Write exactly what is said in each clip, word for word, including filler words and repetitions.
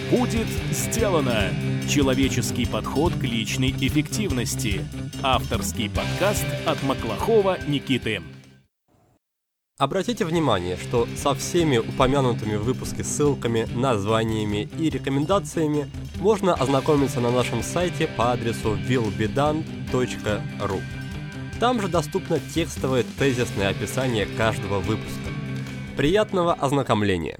Будет сделано! Человеческий подход к личной эффективности. Авторский подкаст от Маклахова Никиты. Обратите внимание, что со всеми упомянутыми в выпуске ссылками, названиями и рекомендациями можно ознакомиться на нашем сайте по адресу will be done точка ru. Там же доступно текстовое тезисное описание каждого выпуска. Приятного ознакомления!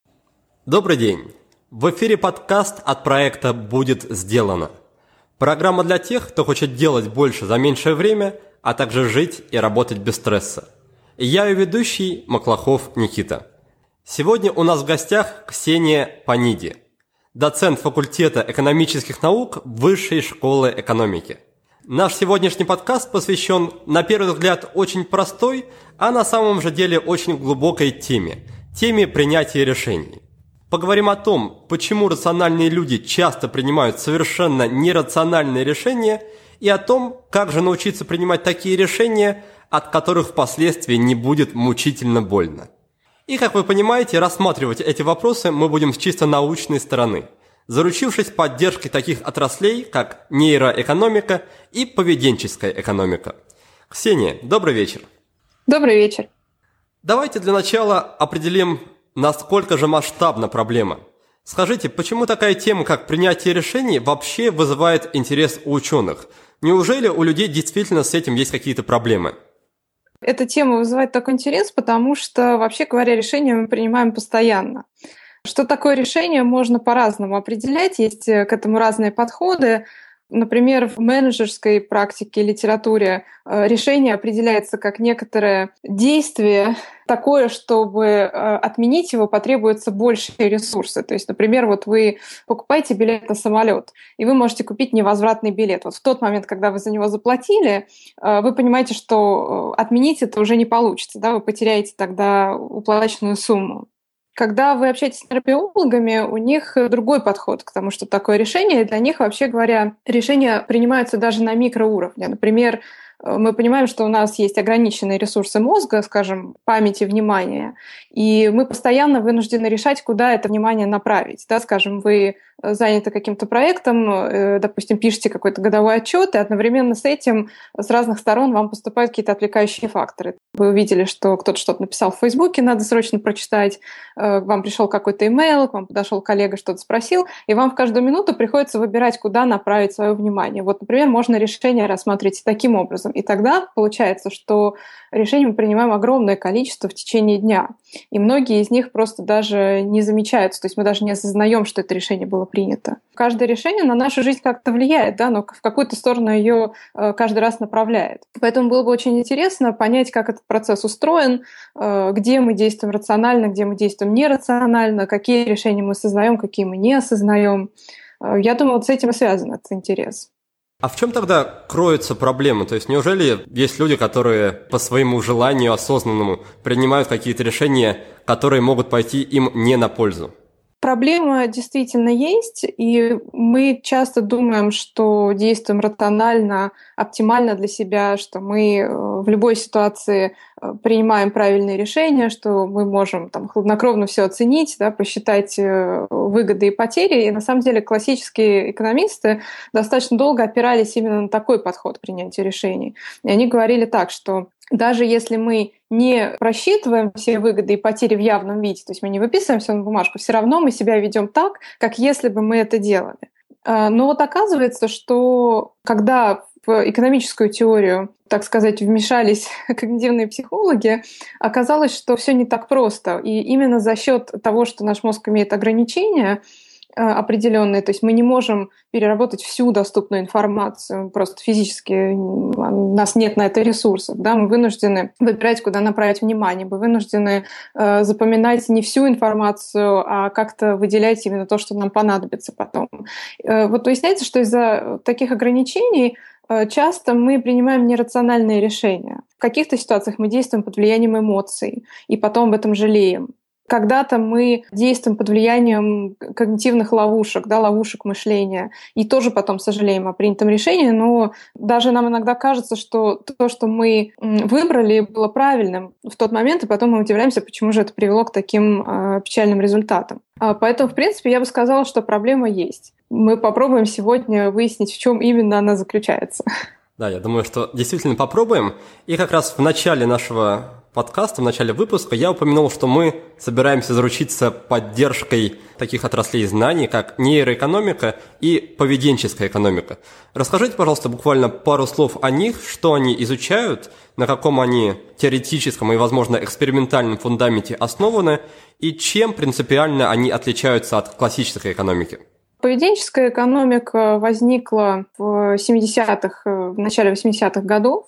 Добрый день! В эфире подкаст от проекта «Будет сделано». Программа для тех, кто хочет делать больше за меньшее время, а также жить и работать без стресса. Я ее ведущий Маклахов Никита. Сегодня у нас в гостях Ксения Паниди, доцент факультета экономических наук Высшей школы экономики. Наш сегодняшний подкаст посвящен, на первый взгляд, очень простой, а на самом же деле очень глубокой теме – теме принятия решений. Поговорим о том, почему рациональные люди часто принимают совершенно нерациональные решения, и о том, как же научиться принимать такие решения, от которых впоследствии не будет мучительно больно. И, как вы понимаете, рассматривать эти вопросы мы будем с чисто научной стороны, заручившись поддержкой таких отраслей, как нейроэкономика и поведенческая экономика. Ксения, добрый вечер. Добрый вечер. Давайте для начала определим, насколько же масштабна проблема. Скажите, почему такая тема, как принятие решений, вообще вызывает интерес у ученых? Неужели у людей действительно с этим есть какие-то проблемы? Эта тема вызывает такой интерес, потому что, вообще говоря, решения мы принимаем постоянно. Что такое решение, можно по-разному определять, есть к этому разные подходы. Например, в менеджерской практике, литературе решение определяется как некоторое действие, такое, чтобы отменить его, потребуется больше ресурсов. То есть, например, вот вы покупаете билет на самолет, и вы можете купить невозвратный билет. Вот в тот момент, когда вы за него заплатили, вы понимаете, что отменить это уже не получится, да, вы потеряете тогда уплаченную сумму. Когда вы общаетесь с нейробиологами, у них другой подход к тому, что такое решение. Для них, вообще говоря, решения принимаются даже на микроуровне. Например, мы понимаем, что у нас есть ограниченные ресурсы мозга, скажем, памяти, внимания, и мы постоянно вынуждены решать, куда это внимание направить. Да, скажем, вы заняты каким-то проектом, допустим, пишете какой-то годовой отчет, и одновременно с этим с разных сторон вам поступают какие-то отвлекающие факторы. Вы увидели, что кто-то что-то написал в Фейсбуке, надо срочно прочитать, к вам пришел какой-то имейл, к вам подошел коллега, что-то спросил, и вам в каждую минуту приходится выбирать, куда направить свое внимание. Вот, например, можно решение рассматривать таким образом. И тогда получается, что решений мы принимаем огромное количество в течение дня. И многие из них просто даже не замечаются. То есть мы даже не осознаем, что это решение было принято. Каждое решение на нашу жизнь как-то влияет, да, но в какую-то сторону ее каждый раз направляет. Поэтому было бы очень интересно понять, как этот процесс устроен, где мы действуем рационально, где мы действуем нерационально, какие решения мы осознаем, какие мы не осознаем. Я думаю, вот с этим и связан этот интерес. А в чем тогда кроется проблема? То есть неужели есть люди, которые по своему желанию осознанному принимают какие-то решения, которые могут пойти им не на пользу? Проблема действительно есть, и мы часто думаем, что действуем рационально, оптимально для себя, что мы в любой ситуации принимаем правильные решения, что мы можем там хладнокровно все оценить, да, посчитать выгоды и потери. И на самом деле классические экономисты достаточно долго опирались именно на такой подход к принятию решений. И они говорили так, что даже если мы не просчитываем все выгоды и потери в явном виде, то есть мы не выписываем все на бумажку, все равно мы себя ведем так, как если бы мы это делали. Но вот оказывается, что когда в экономическую теорию, так сказать, вмешались когнитивные психологи, оказалось, что все не так просто. И именно за счет того, что наш мозг имеет ограничения определенные, то есть мы не можем переработать всю доступную информацию, просто физически у нас нет на это ресурсов, да, мы вынуждены выбирать, куда направить внимание, мы вынуждены э, запоминать не всю информацию, а как-то выделять именно то, что нам понадобится потом. Э, вот выясняется, что из-за таких ограничений э, часто мы принимаем нерациональные решения. В каких-то ситуациях мы действуем под влиянием эмоций и потом об этом жалеем. Когда-то мы действуем под влиянием когнитивных ловушек, да, ловушек мышления, и тоже потом сожалеем о принятом решении, но даже нам иногда кажется, что то, что мы выбрали, было правильным в тот момент, и потом мы удивляемся, почему же это привело к таким э, печальным результатам. Поэтому, в принципе, я бы сказала, что проблема есть. Мы попробуем сегодня выяснить, в чем именно она заключается. Да, я думаю, что действительно попробуем. И как раз в начале нашего подкаста, в начале выпуска я упомянул, что мы собираемся заручиться поддержкой таких отраслей знаний, как нейроэкономика и поведенческая экономика. Расскажите, пожалуйста, буквально пару слов о них, что они изучают, на каком они теоретическом и, возможно, экспериментальном фундаменте основаны, и чем принципиально они отличаются от классической экономики. Поведенческая экономика возникла в семидесятых, в начале восьмидесятых годов,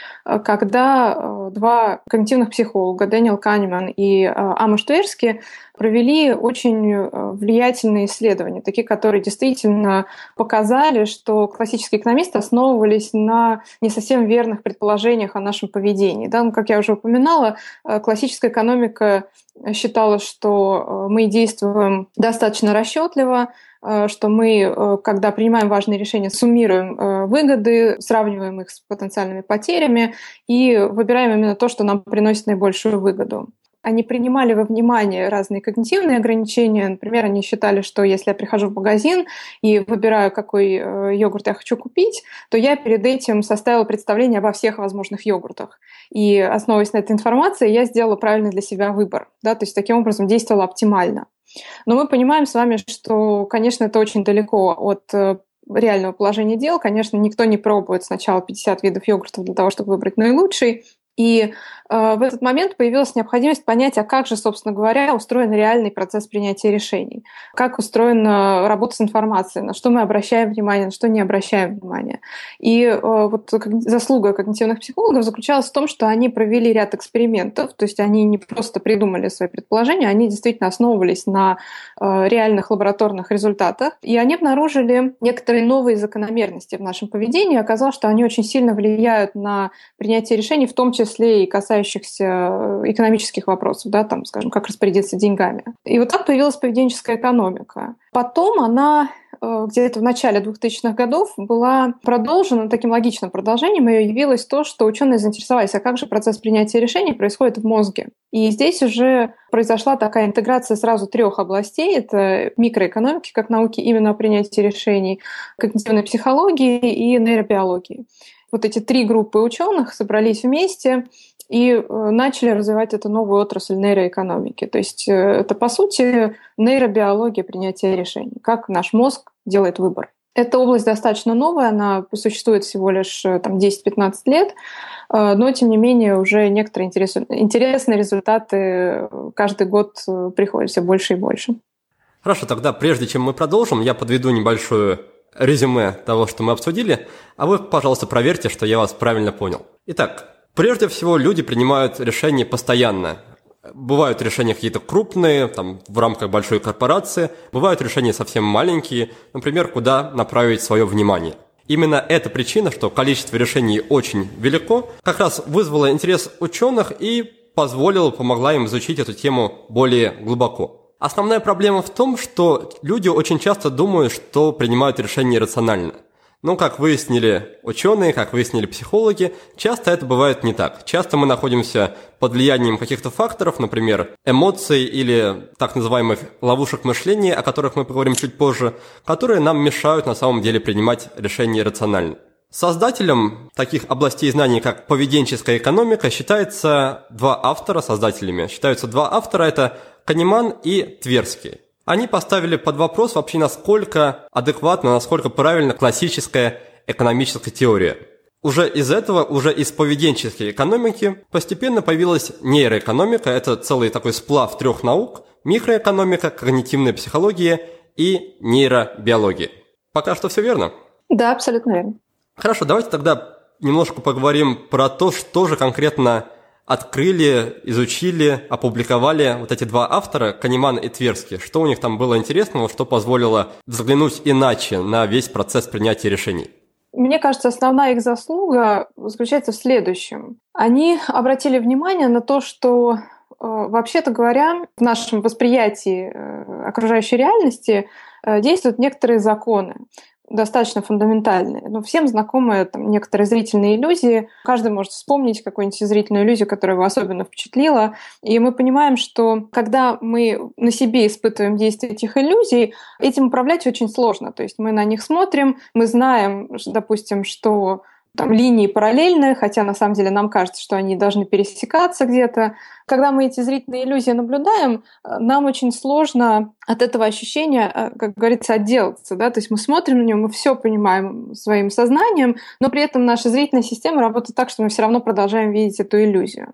когда два когнитивных психолога, Дэниел Канеман и Амос Тверски, провели очень влиятельные исследования, такие, которые действительно показали, что классические экономисты основывались на не совсем верных предположениях о нашем поведении. Да? Ну, как я уже упоминала, классическая экономика считала, что мы действуем достаточно расчетливо, что мы, когда принимаем важные решения, суммируем выгоды, сравниваем их с потенциальными потерями и выбираем именно то, что нам приносит наибольшую выгоду. Они принимали во внимание разные когнитивные ограничения. Например, они считали, что если я прихожу в магазин и выбираю, какой йогурт я хочу купить, то я перед этим составила представление обо всех возможных йогуртах. И, основываясь на этой информации, я сделала правильный для себя выбор. Да? То есть таким образом действовала оптимально. Но мы понимаем с вами, что, конечно, это очень далеко от реального положения дел. Конечно, никто не пробует сначала пятьдесят видов йогуртов для того, чтобы выбрать наилучший. И э, в этот момент появилась необходимость понять, а как же, собственно говоря, устроен реальный процесс принятия решений, как устроена работа с информацией, на что мы обращаем внимание, на что не обращаем внимания. И э, вот заслуга когнитивных психологов заключалась в том, что они провели ряд экспериментов, то есть они не просто придумали свои предположения, они действительно основывались на э, реальных лабораторных результатах, и они обнаружили некоторые новые закономерности в нашем поведении. Оказалось, что они очень сильно влияют на принятие решений, в том числе числе и касающихся экономических вопросов, да, там, скажем, как распорядиться деньгами. И вот так появилась поведенческая экономика. Потом она где-то в начале двухтысячных годов была продолжена, таким логичным продолжением ее явилось то, что ученые заинтересовались, а как же процесс принятия решений происходит в мозге. И здесь уже произошла такая интеграция сразу трех областей. Это микроэкономики, как науки именно о принятии решений, когнитивной психологии и нейробиологии. Вот эти три группы ученых собрались вместе и начали развивать эту новую отрасль нейроэкономики. То есть это, по сути, нейробиология принятия решений, как наш мозг делает выбор. Эта область достаточно новая, она существует всего лишь там, десять-пятнадцать лет, но, тем не менее, уже некоторые интересные результаты каждый год приходят все больше и больше. Хорошо, тогда прежде чем мы продолжим, я подведу небольшую резюме того, что мы обсудили, а вы, пожалуйста, проверьте, что я вас правильно понял. Итак, прежде всего, люди принимают решения постоянно. Бывают решения какие-то крупные, там, в рамках большой корпорации, бывают решения совсем маленькие, например, куда направить свое внимание. Именно эта причина, что количество решений очень велико, как раз вызвала интерес ученых и позволила, помогла им изучить эту тему более глубоко. Основная проблема в том, что люди очень часто думают, что принимают решения рационально. Но, как выяснили ученые, как выяснили психологи, часто это бывает не так. Часто мы находимся под влиянием каких-то факторов, например, эмоций или так называемых ловушек мышления, о которых мы поговорим чуть позже, которые нам мешают на самом деле принимать решения рационально. Создателем таких областей знаний, как поведенческая экономика, считается два автора, создателями. Считаются два автора, это Канеман и Тверски. Они поставили под вопрос вообще, насколько адекватно, насколько правильно классическая экономическая теория. Уже из этого, уже из поведенческой экономики постепенно появилась нейроэкономика. Это целый такой сплав трех наук: микроэкономика, когнитивная психология и нейробиология. Пока что все верно? Да, абсолютно верно. Хорошо, давайте тогда немножко поговорим про то, что же конкретно открыли, изучили, опубликовали вот эти два автора, Канеман и Тверски. Что у них там было интересного, что позволило взглянуть иначе на весь процесс принятия решений? Мне кажется, основная их заслуга заключается в следующем. Они обратили внимание на то, что Вообще-то говоря, в нашем восприятии окружающей реальности действуют некоторые законы, достаточно фундаментальные. Но всем знакомы там, некоторые зрительные иллюзии. Каждый может вспомнить какую-нибудь зрительную иллюзию, которая его особенно впечатлила. И мы понимаем, что когда мы на себе испытываем действие этих иллюзий, этим управлять очень сложно. То есть мы на них смотрим, мы знаем, допустим, что там линии параллельные, хотя на самом деле нам кажется, что они должны пересекаться где-то. Когда мы эти зрительные иллюзии наблюдаем, нам очень сложно от этого ощущения, как говорится, отделаться. Да? То есть мы смотрим на него, мы все понимаем своим сознанием, но при этом наша зрительная система работает так, что мы все равно продолжаем видеть эту иллюзию.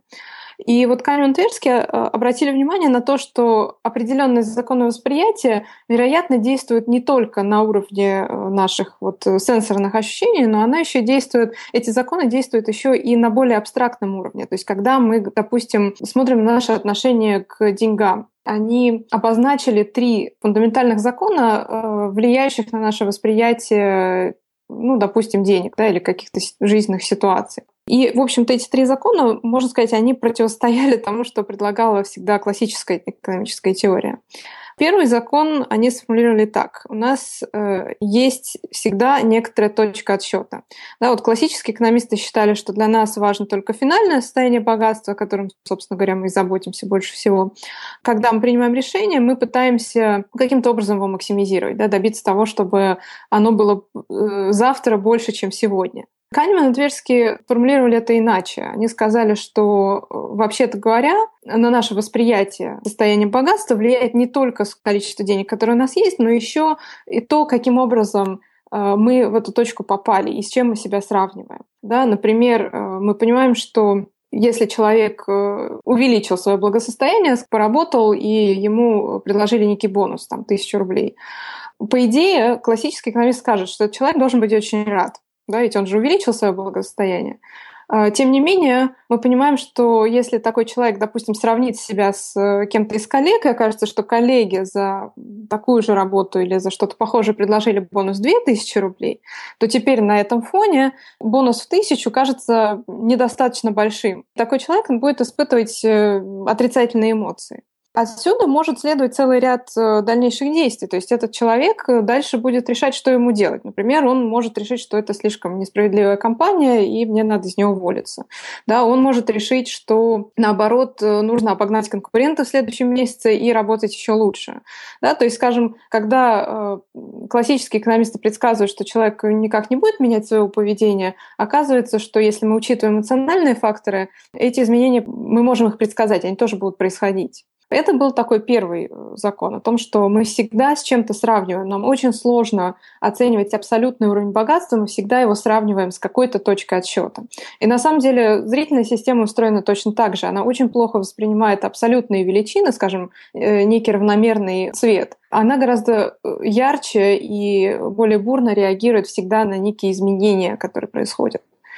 И вот Канеман и Тверский обратили внимание на то, что определенные законы восприятия, вероятно, действуют не только на уровне наших вот сенсорных ощущений, но она еще действует, эти законы действуют еще и на более абстрактном уровне. То есть когда мы, допустим, смотрим на наше отношение к деньгам, они обозначили три фундаментальных закона, влияющих на наше восприятие, ну, допустим, денег, да, или каких-то жизненных ситуаций. И, в общем-то, эти три закона, можно сказать, они противостояли тому, что предлагала всегда классическая экономическая теория. Первый закон они сформулировали так. У нас э, есть всегда некоторая точка отсчета. Да, вот классические экономисты считали, что для нас важно только финальное состояние богатства, о котором, собственно говоря, мы и заботимся больше всего. Когда мы принимаем решение, мы пытаемся каким-то образом его максимизировать, да, добиться того, чтобы оно было э, завтра больше, чем сегодня. Канеман и Тверский формулировали это иначе. Они сказали, что, вообще-то говоря, на наше восприятие состояния богатства влияет не только количество денег, которые у нас есть, но еще и то, каким образом мы в эту точку попали и с чем мы себя сравниваем. Да, например, мы понимаем, что если человек увеличил свое благосостояние, поработал, и ему предложили некий бонус, там, тысячу рублей, по идее, классический экономист скажет, что этот человек должен быть очень рад. Да, ведь он же увеличил свое благосостояние. Тем не менее, мы понимаем, что если такой человек, допустим, сравнит себя с кем-то из коллег, и окажется, что коллеги за такую же работу или за что-то похожее предложили бонус две тысячи рублей, то теперь на этом фоне бонус в тысячу кажется недостаточно большим. Такой человек он будет испытывать отрицательные эмоции. Отсюда может следовать целый ряд дальнейших действий. То есть этот человек дальше будет решать, что ему делать. Например, он может решить, что это слишком несправедливая компания, и мне надо из нее уволиться. Да, он может решить, что, наоборот, нужно обогнать конкурента в следующем месяце и работать еще лучше. Да, то есть, скажем, когда классические экономисты предсказывают, что человек никак не будет менять своего поведения, оказывается, что если мы учитываем эмоциональные факторы, эти изменения, мы можем их предсказать, они тоже будут происходить. Это был такой первый закон о том, что мы всегда с чем-то сравниваем. Нам очень сложно оценивать абсолютный уровень богатства, мы всегда его сравниваем с какой-то точкой отсчета. И на самом деле зрительная система устроена точно так же. Она очень плохо воспринимает абсолютные величины, скажем, некий равномерный цвет. Она гораздо ярче и более бурно реагирует всегда на некие изменения, которые происходят.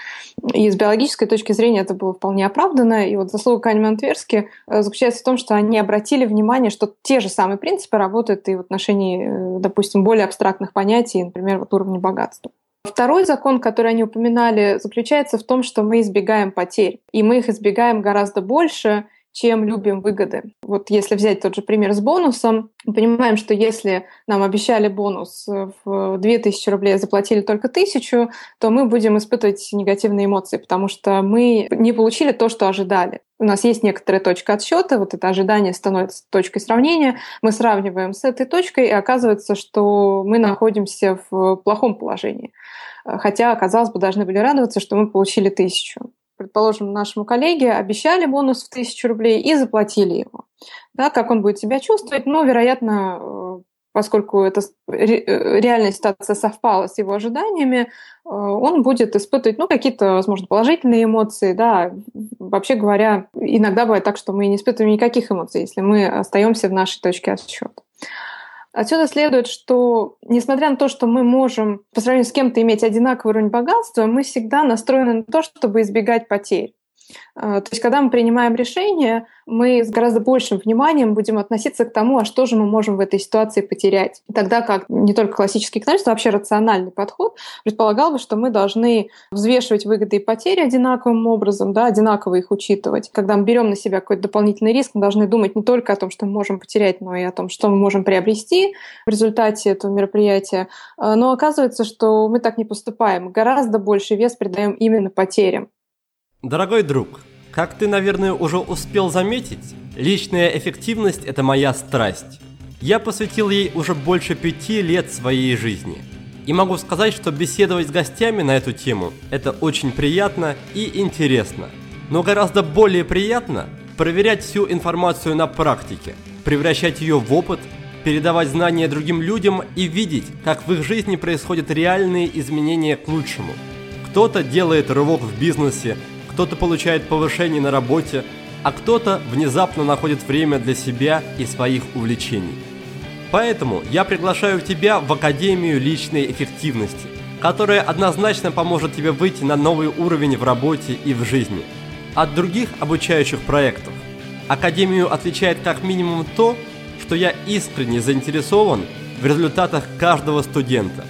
И с биологической точки зрения это было вполне оправдано. И вот заслуга Канемана и Тверски заключается в том, что они обратили внимание, что те же самые принципы работают и в отношении, допустим, более абстрактных понятий, например, вот уровня богатства. Второй закон, который они упоминали, заключается в том, что мы избегаем потерь. И мы их избегаем гораздо больше, чем любим выгоды. Вот если взять тот же пример с бонусом, мы понимаем, что если нам обещали бонус в две тысячи рублей, а заплатили только тысячу, то мы будем испытывать негативные эмоции, потому что мы не получили то, что ожидали. У нас есть некоторая точка отсчета, вот это ожидание становится точкой сравнения, мы сравниваем с этой точкой, и оказывается, что мы находимся в плохом положении. Хотя, казалось бы, должны были радоваться, что мы получили тысячу. Предположим, нашему коллеге обещали бонус в тысячу рублей и заплатили его. Да, как он будет себя чувствовать? Ну, вероятно, поскольку эта реальная ситуация совпала с его ожиданиями, он будет испытывать ну, какие-то, возможно, положительные эмоции. Да. Вообще говоря, иногда бывает так, что мы не испытываем никаких эмоций, если мы остаемся в нашей точке отсчета. Отсюда следует, что, несмотря на то, что мы можем по сравнению с кем-то иметь одинаковый уровень богатства, мы всегда настроены на то, чтобы избегать потерь. То есть, когда мы принимаем решение, мы с гораздо большим вниманием будем относиться к тому, а что же мы можем в этой ситуации потерять. Тогда как не только классический экономист, но вообще рациональный подход предполагал бы, что мы должны взвешивать выгоды и потери одинаковым образом, да, одинаково их учитывать. Когда мы берем на себя какой-то дополнительный риск, мы должны думать не только о том, что мы можем потерять, но и о том, что мы можем приобрести в результате этого мероприятия. Но оказывается, что мы так не поступаем. Гораздо больше вес придаем именно потерям. Дорогой друг, как ты, наверное, уже успел заметить, личная эффективность – это моя страсть. Я посвятил ей уже больше пяти лет своей жизни. И могу сказать, что беседовать с гостями на эту тему – это очень приятно и интересно. Но гораздо более приятно проверять всю информацию на практике, превращать ее в опыт, передавать знания другим людям и видеть, как в их жизни происходят реальные изменения к лучшему. Кто-то делает рывок в бизнесе, кто-то получает повышение на работе, а кто-то внезапно находит время для себя и своих увлечений. Поэтому я приглашаю тебя в Академию личной эффективности, которая однозначно поможет тебе выйти на новый уровень в работе и в жизни. От других обучающих проектов Академию отличает как минимум то, что я искренне заинтересован в результатах каждого студента.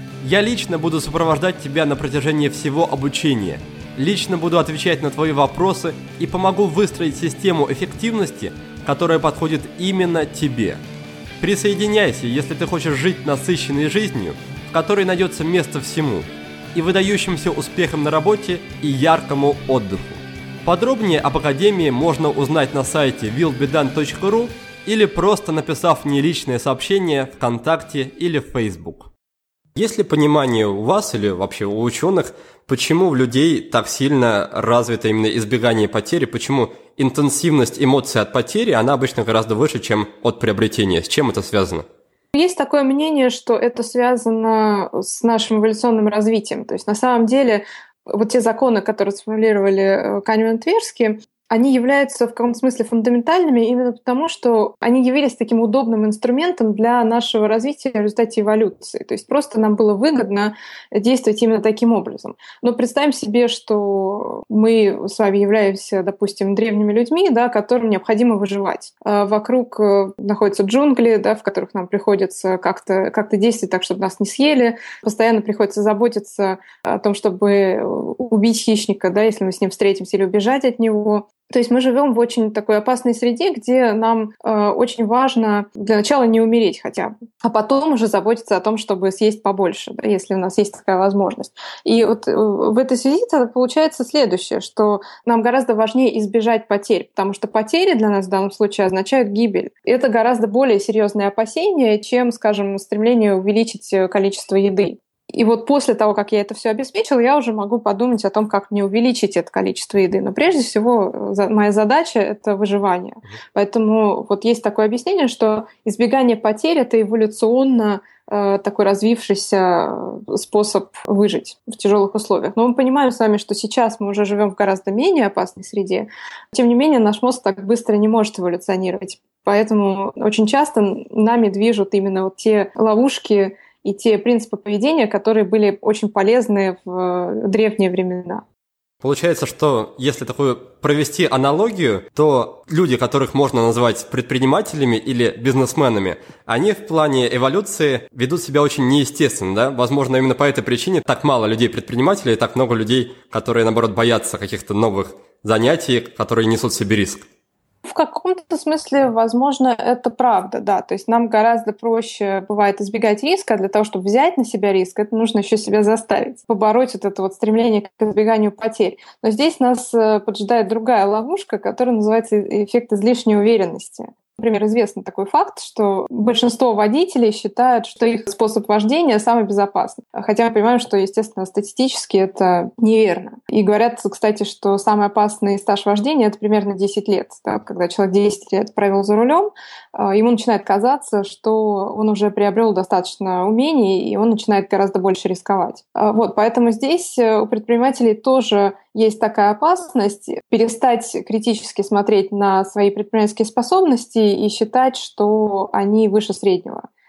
Я лично буду сопровождать тебя на протяжении всего обучения, лично буду отвечать на твои вопросы и помогу выстроить систему эффективности, которая подходит именно тебе. Присоединяйся, если ты хочешь жить насыщенной жизнью, в которой найдется место всему, и выдающимся успехом на работе и яркому отдыху. Подробнее об Академии можно узнать на сайте will be done точка ру или просто написав мне личное сообщение ВКонтакте или в Facebook. Есть ли понимание у вас или вообще у ученых, почему в людей так сильно развито именно избегание потери, почему интенсивность эмоций от потери, она обычно гораздо выше, чем от приобретения? С чем это связано? Есть такое мнение, что это связано с нашим эволюционным развитием. То есть на самом деле вот те законы, которые сформулировали Канеман и Тверски, они являются в каком-то смысле фундаментальными именно потому, что они явились таким удобным инструментом для нашего развития в результате эволюции. То есть просто нам было выгодно действовать именно таким образом. Но представим себе, что мы с вами являемся, допустим, древними людьми, да, которым необходимо выживать. Вокруг находятся джунгли, да, в которых нам приходится как-то, как-то действовать так, чтобы нас не съели. Постоянно приходится заботиться о том, чтобы убить хищника, да, если мы с ним встретимся, или убежать от него. То есть мы живем в очень такой опасной среде, где нам э, очень важно для начала не умереть хотя бы, а потом уже заботиться о том, чтобы съесть побольше, да, если у нас есть такая возможность. И вот э, в этой связи получается следующее, что нам гораздо важнее избежать потерь, потому что потери для нас в данном случае означают гибель. И это гораздо более серьезное опасение, чем, скажем, стремление увеличить количество еды. И вот после того, как я это все обеспечил, я уже могу подумать о том, как мне увеличить это количество еды. Но прежде всего моя задача — это выживание. Поэтому вот есть такое объяснение, что избегание потерь — это эволюционно э, такой развившийся способ выжить в тяжелых условиях. Но мы понимаем с вами, что сейчас мы уже живем в гораздо менее опасной среде. Тем не менее, наш мозг так быстро не может эволюционировать. Поэтому очень часто нами движут именно вот те ловушки и те принципы поведения, которые были очень полезны в древние времена. Получается, что если такую провести аналогию, то люди, которых можно назвать предпринимателями или бизнесменами, они в плане эволюции ведут себя очень неестественно, да? Возможно, именно по этой причине так мало людей-предпринимателей и так много людей, которые, наоборот, боятся каких-то новых занятий, которые несут в себе риск. В каком-то смысле, возможно, это правда, да. То есть нам гораздо проще бывает избегать риска. Для того, чтобы взять на себя риск, это нужно еще себя заставить, побороть вот это вот стремление к избеганию потерь. Но здесь нас поджидает другая ловушка, которая называется эффект излишней уверенности. Например, известный такой факт, что большинство водителей считают, что их способ вождения самый безопасный. Хотя мы понимаем, что, естественно, статистически это неверно. И говорят, кстати, что самый опасный стаж вождения — это примерно десять лет. Да? Когда человек десять лет провел за рулем, ему начинает казаться, что он уже приобрел достаточно умений, и он начинает гораздо больше рисковать. Вот, поэтому здесь у предпринимателей тоже есть такая опасность перестать критически смотреть на свои предпринимательские способности и считать, что они выше среднего.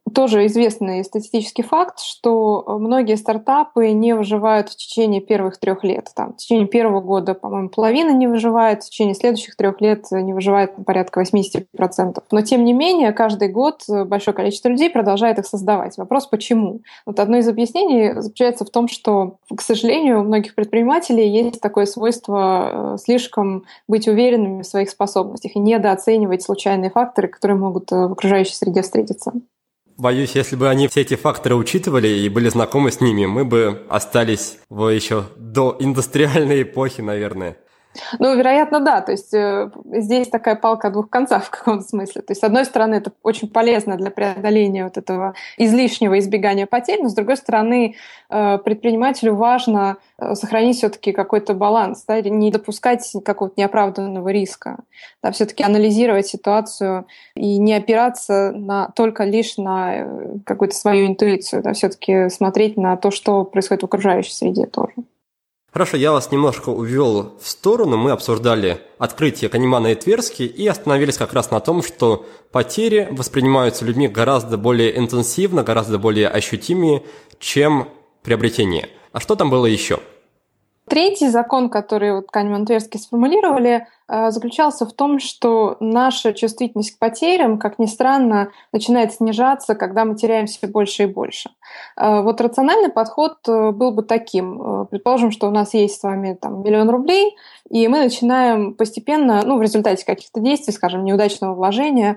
Тоже известный статистический факт, что многие стартапы не выживают в течение первых трех лет. Там, в течение первого года, по-моему, половина не выживает, в течение следующих трех лет не выживает порядка восемьдесят процентов. Но, тем не менее, каждый год большое количество людей продолжает их создавать. Вопрос, почему? Вот одно из объяснений заключается в том, что, к сожалению, у многих предпринимателей есть такое свойство слишком быть уверенными в своих способностях и недооценивать случайные факторы, которые могут в окружающей среде встретиться. Боюсь, если бы они все эти факторы учитывали и были знакомы с ними, мы бы остались в еще до индустриальной эпохи, наверное. Ну, вероятно, да. То есть э, здесь такая палка о двух концах в каком-то смысле. То есть, с одной стороны, это очень полезно для преодоления вот этого излишнего избегания потерь, но, с другой стороны, э, предпринимателю важно э, сохранить все-таки какой-то баланс, да, не допускать какого-то неоправданного риска, да, все-таки анализировать ситуацию и не опираться на, только лишь на э, какую-то свою интуицию, да, все-таки смотреть на то, что происходит в окружающей среде тоже. Хорошо, я вас немножко увел в сторону. Мы обсуждали открытие Канемана и Тверски и остановились как раз на том, что потери воспринимаются людьми гораздо более интенсивно, гораздо более ощутимее, чем приобретение. А что там было еще? Третий закон, который вот Канеман и Тверский сформулировали, заключался в том, что наша чувствительность к потерям, как ни странно, начинает снижаться, когда мы теряем все больше и больше. Вот рациональный подход был бы таким. Предположим, что у нас есть с вами там, миллион рублей, и мы начинаем постепенно, ну, в результате каких-то действий, скажем, неудачного вложения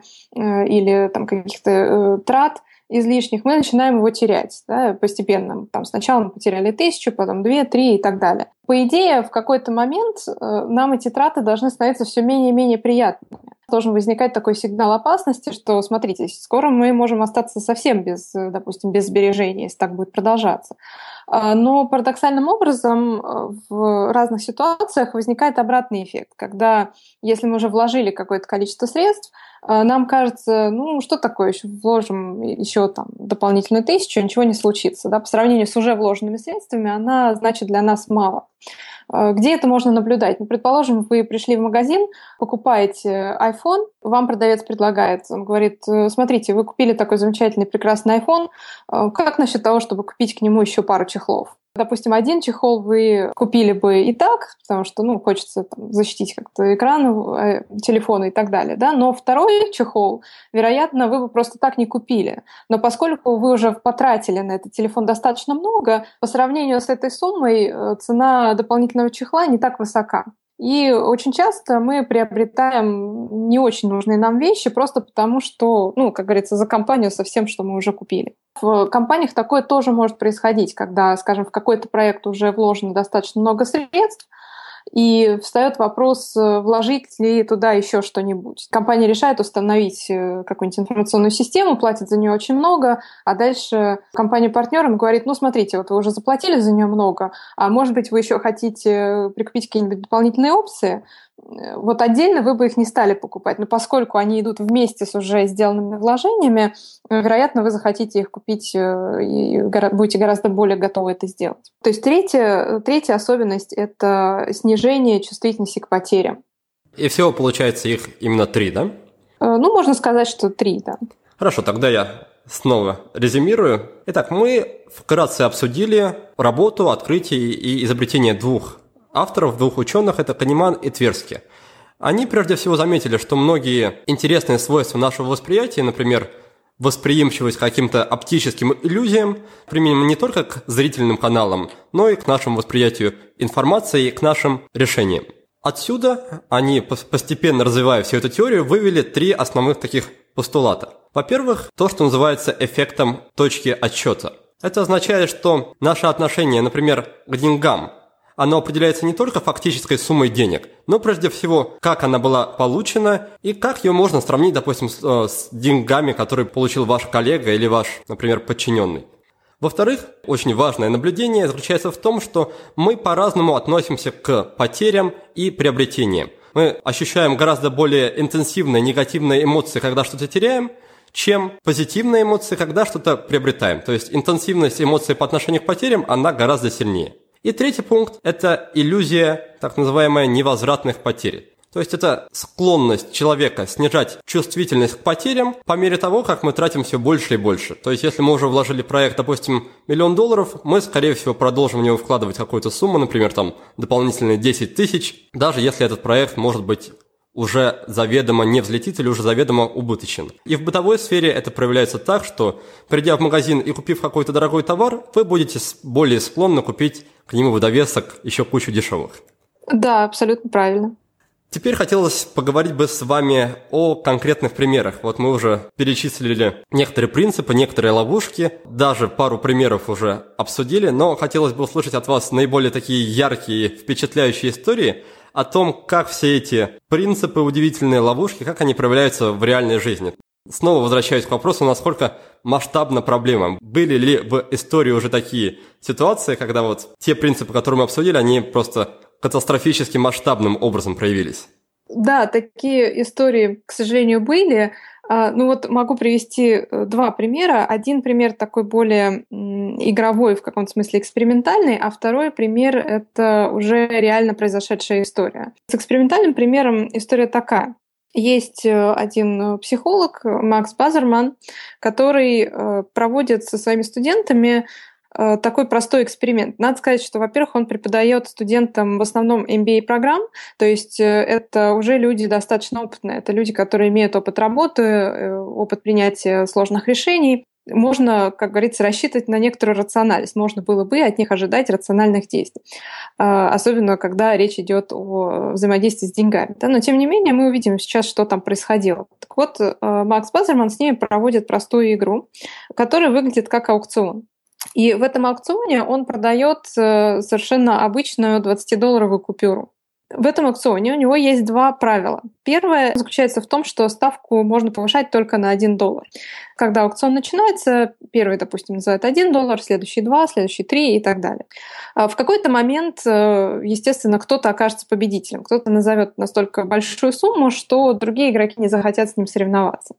или там, каких-то трат, излишних, мы начинаем его терять, да, постепенно. Там сначала мы потеряли тысячу, потом две, три и так далее. По идее, в какой-то момент э, нам эти траты должны становиться все менее и менее приятными. Должен возникать такой сигнал опасности, что, смотрите, скоро мы можем остаться совсем без, допустим, без сбережений, если так будет продолжаться. Но парадоксальным образом в разных ситуациях возникает обратный эффект, когда, если мы уже вложили какое-то количество средств, нам кажется, ну, что такое, еще вложим еще там дополнительную тысячу, ничего не случится. Да? По сравнению с уже вложенными средствами, она значит для нас мало. Где это можно наблюдать? Ну, предположим, вы пришли в магазин, покупаете iPhone, вам продавец предлагает, он говорит, смотрите, вы купили такой замечательный, прекрасный iPhone, как насчет того, чтобы купить к нему еще пару чехлов? Допустим, один чехол вы купили бы и так, потому что, ну, хочется там, защитить как-то экран э, телефона и так далее, да, но второй чехол, вероятно, вы бы просто так не купили. Но поскольку вы уже потратили на этот телефон достаточно много, по сравнению с этой суммой э, цена дополнительного чехла не так высока. И очень часто мы приобретаем не очень нужные нам вещи просто потому, что, ну, как говорится, за компанию со всем, что мы уже купили. В компаниях такое тоже может происходить, когда, скажем, в какой-то проект уже вложено достаточно много средств, и встает вопрос, вложить ли туда еще что-нибудь. Компания решает установить какую-нибудь информационную систему, платит за нее очень много, а дальше компания-партнерам говорит, ну, смотрите, вот вы уже заплатили за нее много, а может быть, вы еще хотите прикупить какие-нибудь дополнительные опции. Вот отдельно вы бы их не стали покупать, но поскольку они идут вместе с уже сделанными вложениями, вероятно, вы захотите их купить и будете гораздо более готовы это сделать. То есть третья, третья особенность – это снижение чувствительности к потерям. И всего, получается, их именно три, да? Ну, можно сказать, что три, да. Хорошо, тогда я снова резюмирую. Итак, мы вкратце обсудили работу, открытие и изобретение двух авторов, двух ученых, это Канеман и Тверски. Они прежде всего заметили, что многие интересные свойства нашего восприятия, например, восприимчивость к каким-то оптическим иллюзиям, применимы не только к зрительным каналам, но и к нашему восприятию информации и к нашим решениям. Отсюда они, постепенно развивая всю эту теорию, вывели три основных таких постулата. Во-первых, то, что называется эффектом точки отсчета. Это означает, что наше отношение, например, к деньгам, оно определяется не только фактической суммой денег, но прежде всего, как она была получена и как ее можно сравнить, допустим, с, с деньгами, которые получил ваш коллега или ваш, например, подчиненный. Во-вторых, очень важное наблюдение заключается в том, что мы по-разному относимся к потерям и приобретениям. Мы ощущаем гораздо более интенсивные негативные эмоции, когда что-то теряем, чем позитивные эмоции, когда что-то приобретаем. То есть интенсивность эмоций по отношению к потерям, она гораздо сильнее. И третий пункт – это иллюзия, так называемая, невозвратных потерь. То есть это склонность человека снижать чувствительность к потерям по мере того, как мы тратим все больше и больше. То есть если мы уже вложили в проект, допустим, миллион долларов, мы, скорее всего, продолжим в него вкладывать какую-то сумму, например, там дополнительные десять тысяч, даже если этот проект может быть уже заведомо не взлетит или уже заведомо убыточен. И в бытовой сфере это проявляется так, что, придя в магазин и купив какой-то дорогой товар, вы будете более склонны купить к нему в довесок еще кучу дешевых. Да, абсолютно правильно. Теперь хотелось поговорить бы с вами о конкретных примерах. Вот мы уже перечислили некоторые принципы, некоторые ловушки, даже пару примеров уже обсудили, но хотелось бы услышать от вас наиболее такие яркие, впечатляющие истории о том, как все эти принципы, удивительные ловушки, как они проявляются в реальной жизни. Снова возвращаюсь к вопросу, насколько масштабна проблема. Были ли в истории уже такие ситуации, когда вот те принципы, которые мы обсудили, они просто катастрофически масштабным образом проявились? Да, такие истории, к сожалению, были. Ну вот могу привести два примера. Один пример такой более игровой, в каком-то смысле экспериментальный, а второй пример — это уже реально произошедшая история. С экспериментальным примером история такая. Есть один психолог, Макс Базерман, который проводит со своими студентами такой простой эксперимент. Надо сказать, что, во-первых, он преподает студентам в основном эм би эй-программ, то есть это уже люди достаточно опытные, это люди, которые имеют опыт работы, опыт принятия сложных решений. Можно, как говорится, рассчитывать на некоторую рациональность. Можно было бы от них ожидать рациональных действий, особенно когда речь идет о взаимодействии с деньгами. Но, тем не менее, мы увидим сейчас, что там происходило. Так вот, Макс Базерман с ними проводит простую игру, которая выглядит как аукцион. И в этом аукционе он продает совершенно обычную двадцатидолларовую купюру. В этом аукционе у него есть два правила. Первое заключается в том, что ставку можно повышать только на один доллар. Когда аукцион начинается, первый, допустим, называет один доллар, следующий два, следующий три и так далее. В какой-то момент, естественно, кто-то окажется победителем, кто-то назовет настолько большую сумму, что другие игроки не захотят с ним соревноваться.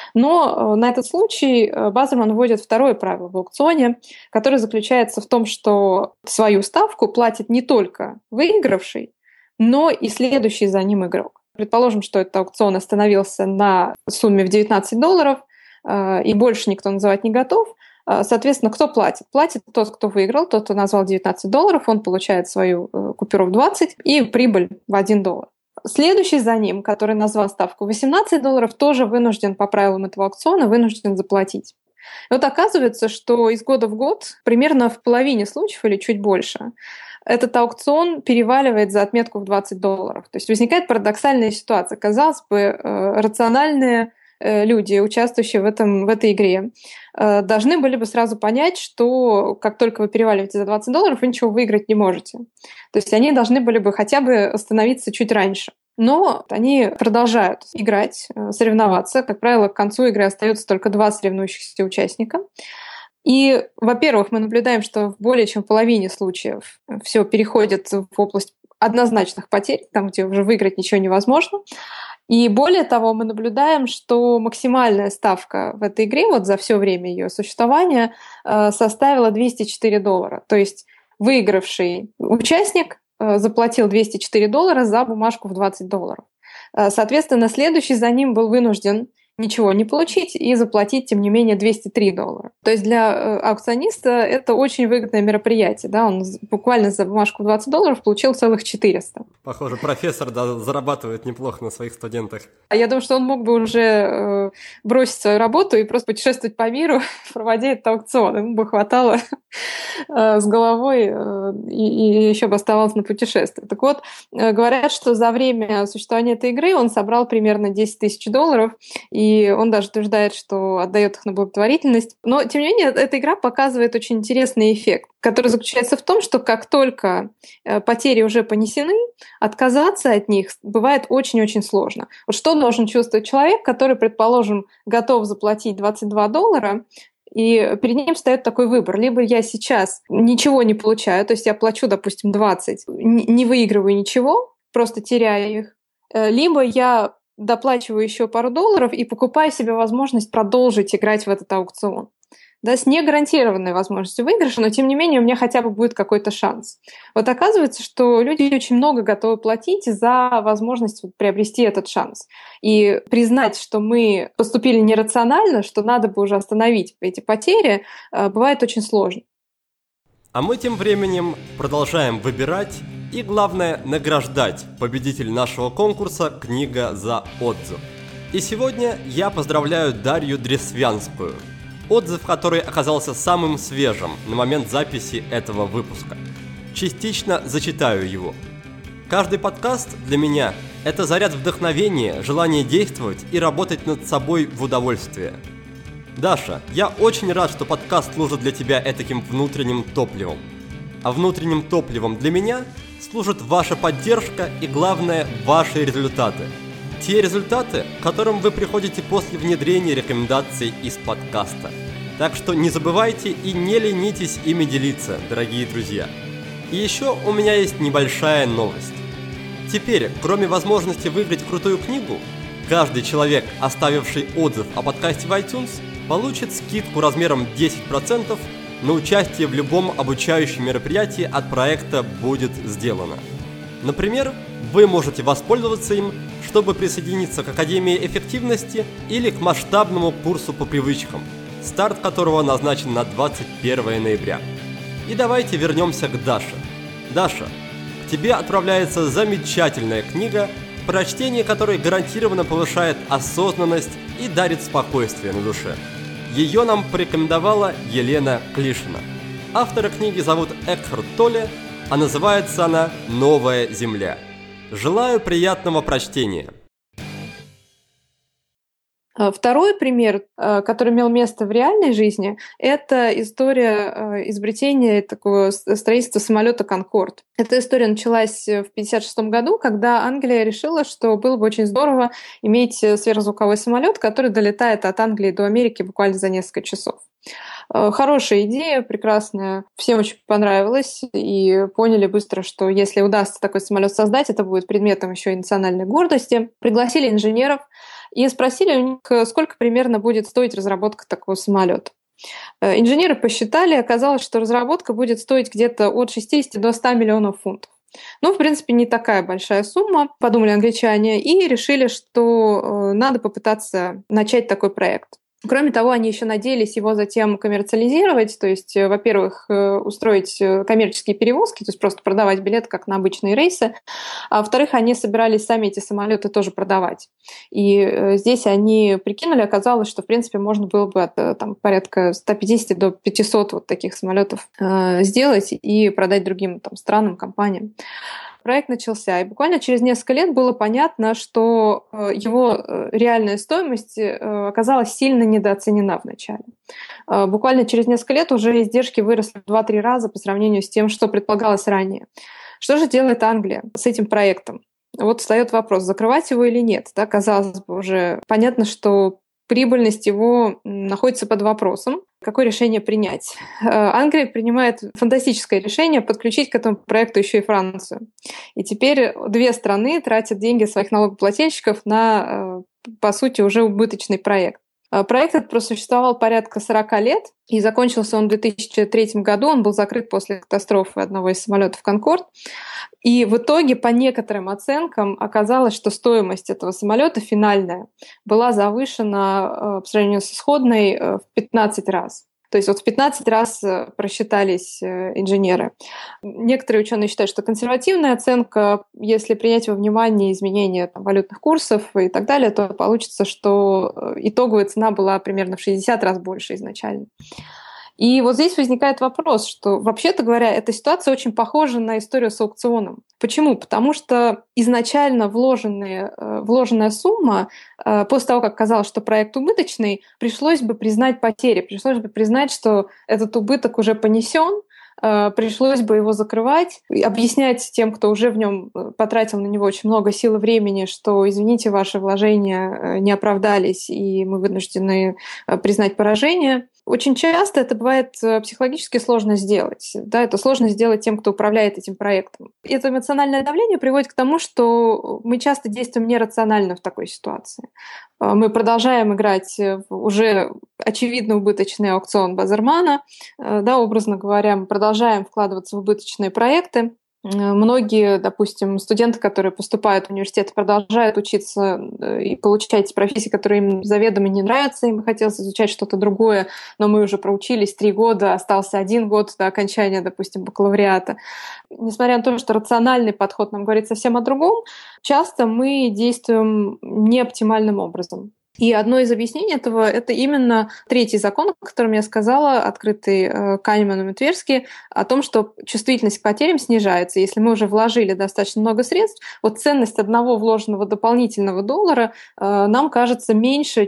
Но на этот случай Базерман вводит второе правило в аукционе, которое заключается в том, что свою ставку платит не только выигравший, но и следующий за ним игрок. Предположим, что этот аукцион остановился на сумме в девятнадцать долларов, и больше никто называть не готов. Соответственно, кто платит? Платит тот, кто выиграл, тот, кто назвал девятнадцать долларов, он получает свою купюру в двадцать и прибыль в один доллар. Следующий за ним, который назвал ставку восемнадцать долларов, тоже вынужден по правилам этого аукциона вынужден заплатить. И вот оказывается, что из года в год, примерно в половине случаев или чуть больше, этот аукцион переваливает за отметку в двадцать долларов. То есть возникает парадоксальная ситуация. Казалось бы, рациональные люди, участвующие в, этом, в этой игре, должны были бы сразу понять, что как только вы переваливаете за двадцать долларов, вы ничего выиграть не можете. То есть они должны были бы хотя бы остановиться чуть раньше. Но они продолжают играть, соревноваться. Как правило, к концу игры остается только два соревнующихся участника. И, во-первых, мы наблюдаем, что в более чем половине случаев все переходит в область однозначных потерь, там, где уже выиграть ничего невозможно. И более того, мы наблюдаем, что максимальная ставка в этой игре вот за все время ее существования составила двести четыре доллара. То есть выигравший участник заплатил двести четыре доллара за бумажку в двадцать долларов. Соответственно, следующий за ним был вынужден ничего не получить и заплатить, тем не менее, двести три доллара. То есть для аукциониста это очень выгодное мероприятие. Да? Он буквально за бумажку в двадцать долларов получил целых четыреста. Похоже, профессор да, зарабатывает неплохо на своих студентах. Я думаю, что он мог бы уже э, бросить свою работу и просто путешествовать по миру, проводя этот аукцион. Ему бы хватало э, с головой э, и, и еще бы оставалось на путешествии. Так вот, э, говорят, что за время существования этой игры он собрал примерно десять тысяч долларов, и он даже утверждает, что отдает их на благотворительность. Но, тем не менее, эта игра показывает очень интересный эффект, который заключается в том, что как только потери уже понесены, отказаться от них бывает очень-очень сложно. Вот что должен чувствовать человек, который, предположим, готов заплатить двадцать два доллара, и перед ним встает такой выбор. Либо я сейчас ничего не получаю, то есть я плачу, допустим, двадцать, не выигрываю ничего, просто теряю их, либо я доплачиваю еще пару долларов и покупаю себе возможность продолжить играть в этот аукцион. да, с негарантированной возможностью выигрыша, но тем не менее у меня хотя бы будет какой-то шанс. Вот оказывается, что люди очень много готовы платить за возможность приобрести этот шанс. И признать, что мы поступили нерационально, что надо бы уже остановить эти потери, бывает очень сложно. А мы тем временем продолжаем выбирать и, главное, награждать победителя нашего конкурса «Книга за отзыв». И сегодня я поздравляю Дарью Дресвянскую, отзыв который оказался самым свежим на момент записи этого выпуска. Частично зачитаю его. Каждый подкаст для меня – это заряд вдохновения, желание действовать и работать над собой в удовольствие. Даша, я очень рад, что подкаст служит для тебя этаким внутренним топливом. А внутренним топливом для меня служит ваша поддержка и, главное, ваши результаты. Те результаты, к которым вы приходите после внедрения рекомендаций из подкаста. Так что не забывайте и не ленитесь ими делиться, дорогие друзья. И еще у меня есть небольшая новость. Теперь, кроме возможности выиграть крутую книгу, каждый человек, оставивший отзыв о подкасте в iTunes, получит скидку размером десять процентов на участие в любом обучающем мероприятии от проекта «Будет сделано». Например, вы можете воспользоваться им, чтобы присоединиться к Академии эффективности или к масштабному курсу по привычкам, старт которого назначен на двадцать первое ноября. И давайте вернемся к Даше. Даша, к тебе отправляется замечательная книга, прочтение которой гарантированно повышает осознанность и дарит спокойствие на душе. Ее нам порекомендовала Елена Клишина. Автора книги зовут Экхарт Толле, а называется она «Новая земля». Желаю приятного прочтения. Второй пример, который имел место в реальной жизни, это история изобретения такого строительства самолета «Конкорд». Эта история началась в пятьдесят шестом году, когда Англия решила, что было бы очень здорово иметь сверхзвуковой самолет, который долетает от Англии до Америки буквально за несколько часов. Хорошая идея, прекрасная, всем очень понравилось, и поняли быстро, что если удастся такой самолет создать, это будет предметом еще и национальной гордости. Пригласили инженеров и спросили у них, сколько примерно будет стоить разработка такого самолета. Инженеры посчитали, оказалось, что разработка будет стоить где-то от шестидесяти до ста миллионов фунтов. Ну, в принципе, не такая большая сумма, подумали англичане, и решили, что надо попытаться начать такой проект. Кроме того, они еще надеялись его затем коммерциализировать, то есть, во-первых, устроить коммерческие перевозки, то есть просто продавать билеты, как на обычные рейсы, а во-вторых, они собирались сами эти самолеты тоже продавать. И здесь они прикинули, оказалось, что, в принципе, можно было бы от там, порядка ста пятидесяти до пятисот вот таких самолетов э, сделать и продать другим там, странам, компаниям. Проект начался, и буквально через несколько лет было понятно, что его реальная стоимость оказалась сильно недооценена вначале. Буквально через несколько лет уже издержки выросли в два-три раза по сравнению с тем, что предполагалось ранее. Что же делает Англия с этим проектом? Вот встает вопрос, закрывать его или нет. Да, казалось бы, уже понятно, что прибыльность его находится под вопросом. Какое решение принять? Англия принимает фантастическое решение подключить к этому проекту еще и Францию. И теперь две страны тратят деньги своих налогоплательщиков на, по сути, уже убыточный проект. Проект этот просуществовал порядка сорока лет, и закончился он в две тысячи третьем году. Он был закрыт после катастрофы одного из самолетов «Конкорд». И в итоге, по некоторым оценкам, оказалось, что стоимость этого самолета финальная была завышена по сравнению с исходной в пятнадцать раз. То есть вот в пятнадцать раз просчитались инженеры. Некоторые ученые считают, что консервативная оценка, если принять во внимание изменения там, валютных курсов и так далее, то получится, что итоговая цена была примерно в шестьдесят раз больше изначально. И вот здесь возникает вопрос, что, вообще-то говоря, эта ситуация очень похожа на историю с аукционом. Почему? Потому что изначально вложенные, вложенная сумма, после того, как казалось, что проект убыточный, пришлось бы признать потери, пришлось бы признать, что этот убыток уже понесен, пришлось бы его закрывать, объяснять тем, кто уже в нем потратил на него очень много сил и времени, что, извините, ваши вложения не оправдались, и мы вынуждены признать поражение. Очень часто это бывает психологически сложно сделать. Да, это сложно сделать тем, кто управляет этим проектом. И это эмоциональное давление приводит к тому, что мы часто действуем нерационально в такой ситуации. Мы продолжаем играть в уже очевидно убыточный аукцион Базермана, да, образно говоря, мы продолжаем вкладываться в убыточные проекты. Многие, допустим, студенты, которые поступают в университет, продолжают учиться и получать профессии, которые им заведомо не нравятся, им хотелось изучать что-то другое, но мы уже проучились три года, остался один год до окончания, допустим, бакалавриата. Несмотря на то, что рациональный подход нам говорит совсем о другом, часто мы действуем неоптимальным образом. И одно из объяснений этого — это именно третий закон, о котором я сказала, открытый Канеманом и Тверски, о том, что чувствительность к потерям снижается. Если мы уже вложили достаточно много средств, вот ценность одного вложенного дополнительного доллара нам кажется меньше,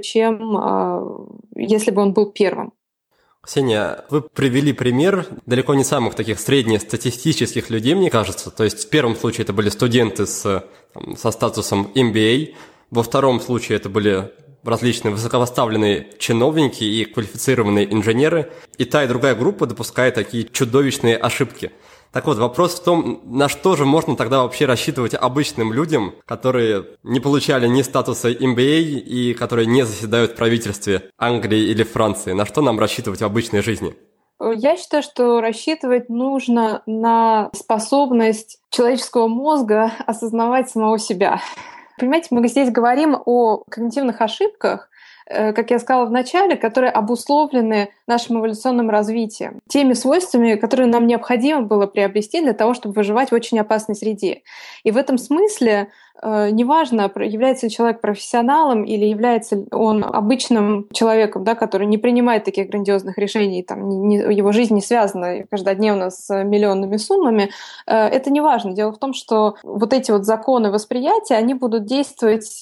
чем если бы он был первым. Ксения, вы привели пример далеко не самых таких среднестатистических людей, мне кажется. То есть в первом случае это были студенты с, там, со статусом эм би эй, во втором случае это были различные высокопоставленные чиновники и квалифицированные инженеры, и та и другая группа допускает такие чудовищные ошибки. Так вот, вопрос в том, на что же можно тогда вообще рассчитывать обычным людям, которые не получали ни статуса эм би эй и которые не заседают в правительстве Англии или Франции. На что нам рассчитывать в обычной жизни? Я считаю, что рассчитывать нужно на способность человеческого мозга осознавать самого себя. Понимаете, мы здесь говорим о когнитивных ошибках, как я сказала в начале, которые обусловлены нашим эволюционным развитием, теми свойствами, которые нам необходимо было приобрести для того, чтобы выживать в очень опасной среде. И в этом смысле неважно, является ли человек профессионалом или является ли он обычным человеком, да, который не принимает таких грандиозных решений, там, не, его жизнь не связана каждодневно с миллионными суммами, это не важно. Дело в том, что вот эти вот законы восприятия, они будут действовать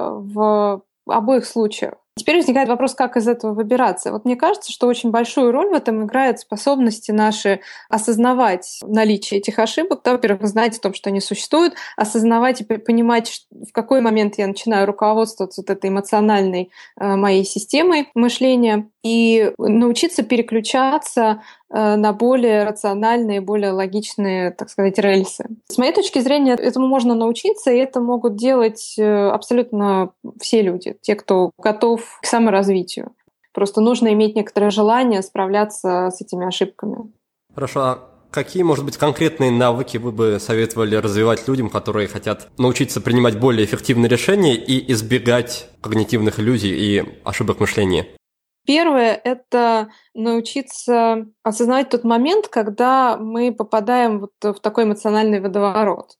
в обоих случаях. Теперь возникает вопрос, как из этого выбираться. Вот мне кажется, что очень большую роль в этом играют способности наши осознавать наличие этих ошибок. Да, во-первых, знать о том, что они существуют, осознавать и понимать, в какой момент я начинаю руководствоваться вот этой эмоциональной э, моей системой мышления, и научиться переключаться э, на более рациональные, более логичные, так сказать, рельсы. С моей точки зрения, этому можно научиться, и это могут делать э, абсолютно все люди, те, кто готов к саморазвитию. Просто нужно иметь некоторое желание справляться с этими ошибками. Хорошо. А какие, может быть, конкретные навыки вы бы советовали развивать людям, которые хотят научиться принимать более эффективные решения и избегать когнитивных иллюзий и ошибок мышления? Первое — это научиться осознавать тот момент, когда мы попадаем вот в такой эмоциональный водоворот.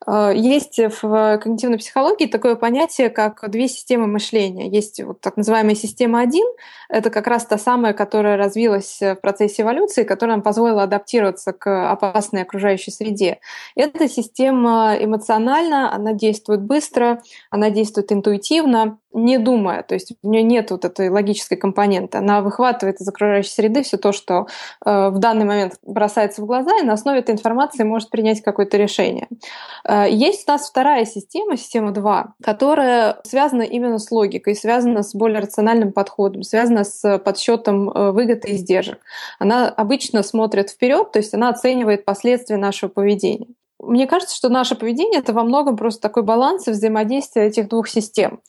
Есть в когнитивной психологии такое понятие, как две системы мышления. Есть вот так называемая система один, это как раз та самая, которая развилась в процессе эволюции, которая нам позволила адаптироваться к опасной окружающей среде. Эта система эмоциональна, она действует быстро, она действует интуитивно, не думая, то есть у нее нет вот этой логической компоненты. Она выхватывает из окружающей среды все то, что э, в данный момент бросается в глаза, и на основе этой информации может принять какое-то решение. Э, есть у нас вторая система, система два, которая связана именно с логикой, связана с более рациональным подходом, связана с подсчетом э, выгод и издержек. Она обычно смотрит вперед, то есть она оценивает последствия нашего поведения. Мне кажется, что наше поведение — это во многом просто такой баланс и взаимодействие этих двух систем.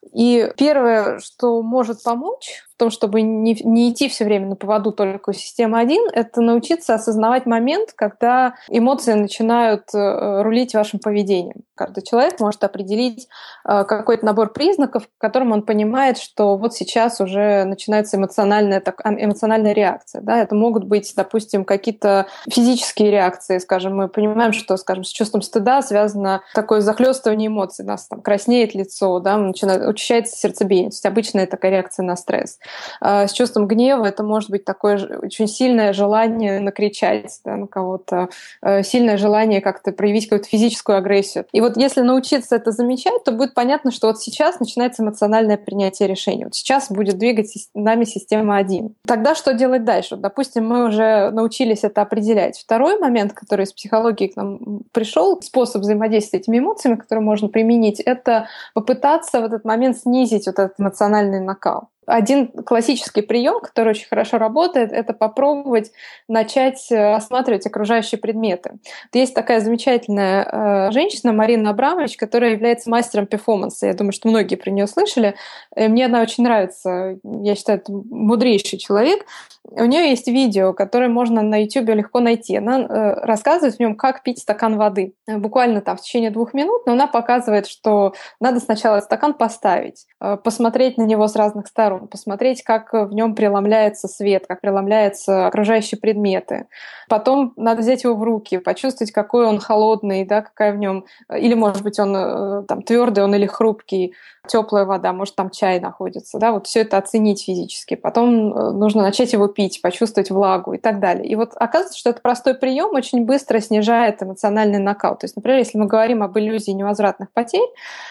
И первое, что может помочь в том, чтобы не, не идти все время на поводу только у системы один, это научиться осознавать момент, когда эмоции начинают рулить вашим поведением. Каждый человек может определить какой-то набор признаков, в котором он понимает, что вот сейчас уже начинается эмоциональная, так, эмоциональная реакция. Да? Это могут быть, допустим, какие-то физические реакции. Скажем, мы понимаем, что, скажем, с чувством стыда связано такое захлестывание эмоций. У нас там краснеет лицо, да, начинает, учащается сердцебиение. То есть обычная такая реакция на стресс. С чувством гнева это может быть такое очень сильное желание накричать, да, на кого-то, сильное желание как-то проявить какую-то физическую агрессию. И вот если научиться это замечать, то будет понятно, что вот сейчас начинается эмоциональное принятие решений. Вот сейчас будет двигать нами система один. Тогда что делать дальше? Вот, допустим, мы уже научились это определять. Второй момент, который из психологии к нам пришел, способ взаимодействия с этими эмоциями, который можно применить, это попытаться в этот момент снизить вот этот эмоциональный накал. Один классический прием, который очень хорошо работает, это попробовать начать осматривать окружающие предметы. Есть такая замечательная женщина Марина Абрамович, которая является мастером перформанса. Я думаю, что многие про нее слышали. Мне она очень нравится. Я считаю, это мудрейший человек. У нее есть видео, которое можно на YouTube легко найти. Она рассказывает в нем, как пить стакан воды. Буквально там в течение двух минут, но она показывает, что надо сначала стакан поставить, посмотреть на него с разных сторон, посмотреть, как в нем преломляется свет, как преломляются окружающие предметы. Потом надо взять его в руки, почувствовать, какой он холодный, да, какая в нем, или, может быть, он там твердый, он или хрупкий, теплая вода, может, там чай находится, да, вот все это оценить физически. Потом нужно начать его пить, почувствовать влагу и так далее. И вот оказывается, что этот простой прием очень быстро снижает эмоциональный накал. То есть, например, если мы говорим об иллюзии невозвратных потерь,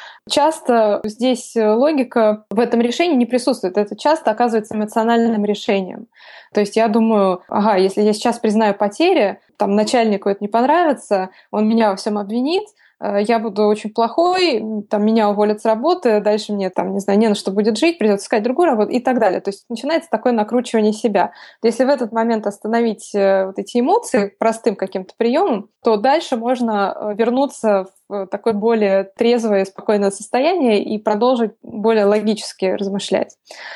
часто здесь логика в этом решении не присутствует. Это часто оказывается эмоциональным решением. То есть я думаю, ага, если я сейчас признаю потери, там начальнику это не понравится, он меня во всем обвинит, я буду очень плохой, там, меня уволят с работы, дальше мне, там, не знаю, не на что будет жить, придется искать другую работу и так далее. То есть начинается такое накручивание себя. Если в этот момент остановить вот эти эмоции простым каким-то приемом, то дальше можно вернуться в такое более трезвое, спокойное состояние и продолжить более логически размышлять.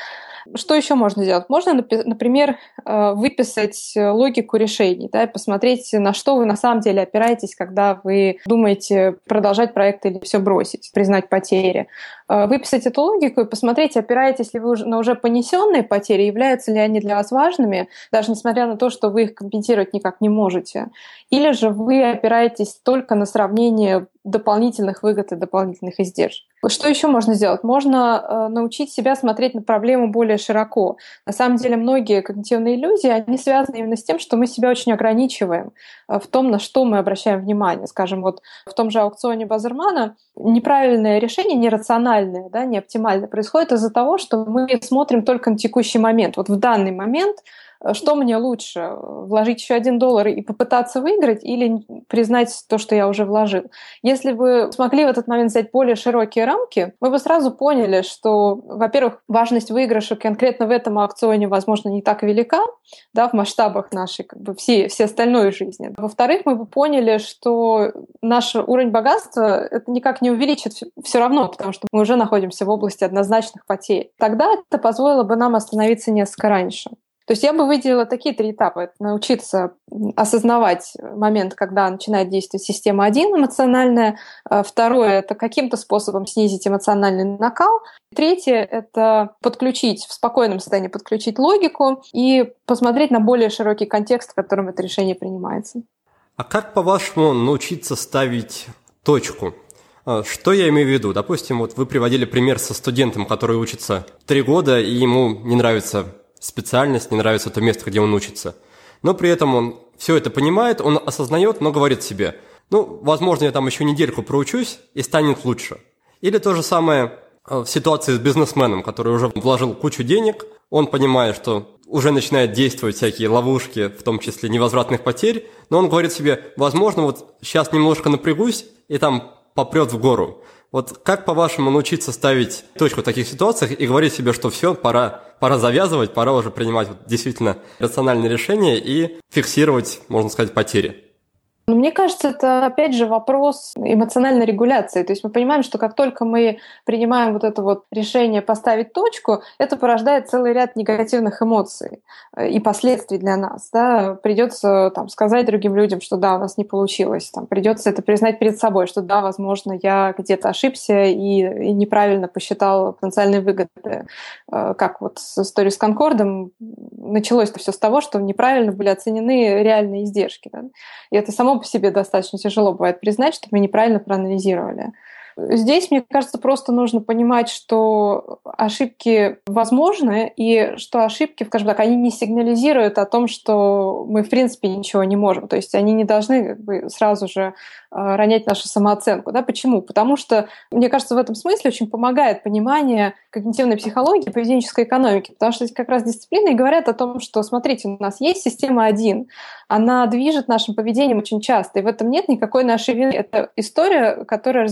Что еще можно сделать? Можно, например, выписать логику решений, да, и посмотреть, на что вы на самом деле опираетесь, когда вы думаете продолжать проект или все бросить, признать потери. Выписать эту логику и посмотреть, опираетесь ли вы на уже понесенные потери, являются ли они для вас важными, даже несмотря на то, что вы их компенсировать никак не можете. Или же вы опираетесь только на сравнение дополнительных выгод и дополнительных издержек. Что еще можно сделать? Можно э, научить себя смотреть на проблему более широко. На самом деле многие когнитивные иллюзии, они связаны именно с тем, что мы себя очень ограничиваем э, в том, на что мы обращаем внимание. Скажем, вот в том же аукционе Базермана неправильное решение, нерациональное, да, неоптимальное происходит из-за того, что мы смотрим только на текущий момент. Вот в данный момент что мне лучше, вложить еще один доллар и попытаться выиграть или признать то, что я уже вложил? Если бы смогли в этот момент взять более широкие рамки, мы бы сразу поняли, что, во-первых, важность выигрыша конкретно в этом аукционе, возможно, не так велика, да, в масштабах нашей, как бы, всей, всей остальной жизни. Во-вторых, мы бы поняли, что наш уровень богатства это никак не увеличит все равно, потому что мы уже находимся в области однозначных потерь. Тогда это позволило бы нам остановиться несколько раньше. То есть я бы выделила такие три этапа. Это научиться осознавать момент, когда начинает действовать система один эмоциональная. Второе — это каким-то способом снизить эмоциональный накал. Третье — это подключить, в спокойном состоянии подключить логику и посмотреть на более широкий контекст, в котором это решение принимается. А как, по-вашему, научиться ставить точку? Что я имею в виду? Допустим, вот вы приводили пример со студентом, который учится три года, и ему не нравится специальность, не нравится то место, где он учится. Но при этом он все это понимает, он осознает, но говорит себе, ну, возможно, я там еще недельку проучусь и станет лучше. Или то же самое в ситуации с бизнесменом, который уже вложил кучу денег, он понимает, что уже начинают действовать всякие ловушки, в том числе невозвратных потерь, но он говорит себе, возможно, вот сейчас немножко напрягусь и там попрет в гору. Вот как, по-вашему, научиться ставить точку в таких ситуациях и говорить себе, что все, пора, пора завязывать, пора уже принимать вот действительно рациональные решения и фиксировать, можно сказать, потери? Но мне кажется, это, опять же, вопрос эмоциональной регуляции. То есть мы понимаем, что как только мы принимаем вот это вот решение поставить точку, это порождает целый ряд негативных эмоций и последствий для нас. Да? Придется там, сказать другим людям, что да, у нас не получилось. Там, придется это признать перед собой, что да, возможно, я где-то ошибся и, и неправильно посчитал потенциальные выгоды. Как вот с историей с Конкордом началось-то все с того, что неправильно были оценены реальные издержки. Да? И это само по себе достаточно тяжело бывает признать, что мы неправильно проанализировали. Здесь, мне кажется, просто нужно понимать, что ошибки возможны, и что ошибки, скажем так, они не сигнализируют о том, что мы, в принципе, ничего не можем. То есть они не должны как бы сразу же ронять нашу самооценку. Да? Почему? Потому что, мне кажется, в этом смысле очень помогает понимание когнитивной психологии и поведенческой экономики, потому что эти как раз дисциплины и говорят о том, что, смотрите, у нас есть система один, она движет нашим поведением очень часто, и в этом нет никакой нашей вины. Это история, которая развивалась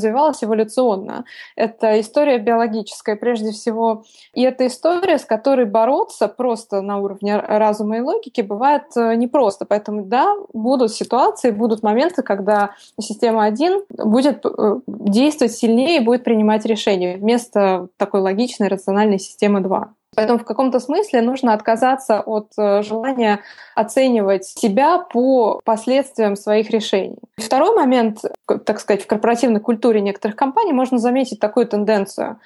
эволюционно. Это история биологическая прежде всего. И это история, с которой бороться просто на уровне разума и логики бывает непросто. Поэтому да, будут ситуации, будут моменты, когда система один будет действовать сильнее и будет принимать решения вместо такой логичной, рациональной системы два. Поэтому в каком-то смысле нужно отказаться от желания оценивать себя по последствиям своих решений. Второй момент, так сказать, в корпоративной культуре некоторых компаний можно заметить такую тенденцию.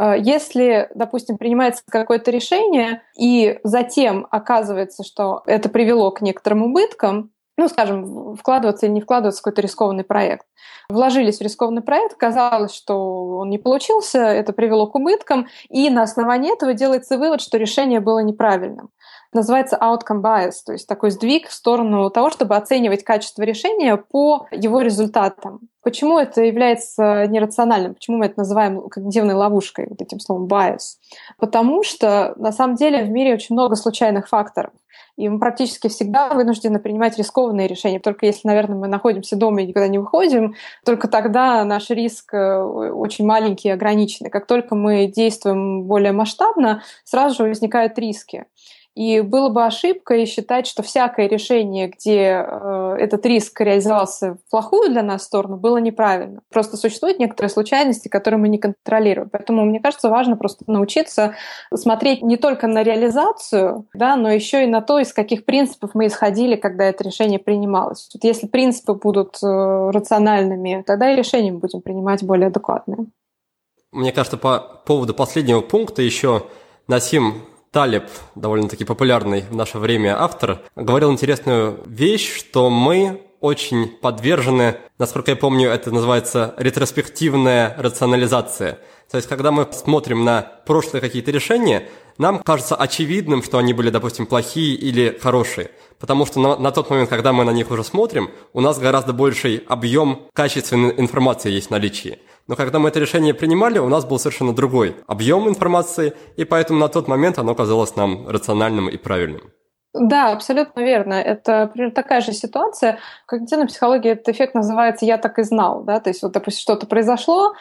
Если, допустим, принимается какое-то решение, и затем оказывается, что это привело к некоторым убыткам, ну, скажем, вкладываться или не вкладываться в какой-то рискованный проект. Вложились в рискованный проект, казалось, что он не получился, это привело к убыткам, и на основании этого делается вывод, что решение было неправильным. Называется outcome bias, то есть такой сдвиг в сторону того, чтобы оценивать качество решения по его результатам. Почему это является нерациональным? Почему мы это называем когнитивной ловушкой, вот этим словом bias? Потому что на самом деле в мире очень много случайных факторов. И мы практически всегда вынуждены принимать рискованные решения. Только если, наверное, мы находимся дома и никуда не выходим, только тогда наш риск очень маленький и ограниченный. Как только мы действуем более масштабно, сразу же возникают риски. И было бы ошибкой считать, что всякое решение, где э, этот риск реализовался в плохую для нас сторону, было неправильно. Просто существуют некоторые случайности, которые мы не контролируем. Поэтому, мне кажется, важно просто научиться смотреть не только на реализацию, да, но еще и на то, из каких принципов мы исходили, когда это решение принималось. Вот если принципы будут э, рациональными, тогда и решения мы будем принимать более адекватные. Мне кажется, по поводу последнего пункта еще Насим Талеб, довольно-таки популярный в наше время автор, говорил интересную вещь, что мы очень подвержены, насколько я помню, это называется ретроспективная рационализация. То есть, когда мы смотрим на прошлые какие-то решения, нам кажется очевидным, что они были, допустим, плохие или хорошие. Потому что на, на тот момент, когда мы на них уже смотрим, у нас гораздо больший объем качественной информации есть в наличии. Но когда мы это решение принимали, у нас был совершенно другой объем информации, и поэтому на тот момент оно казалось нам рациональным и правильным. Да, абсолютно верно. Это примерно такая же ситуация. В когнитивной психологии этот эффект называется «я так и знал». Да? То есть, вот, допустим, что-то произошло,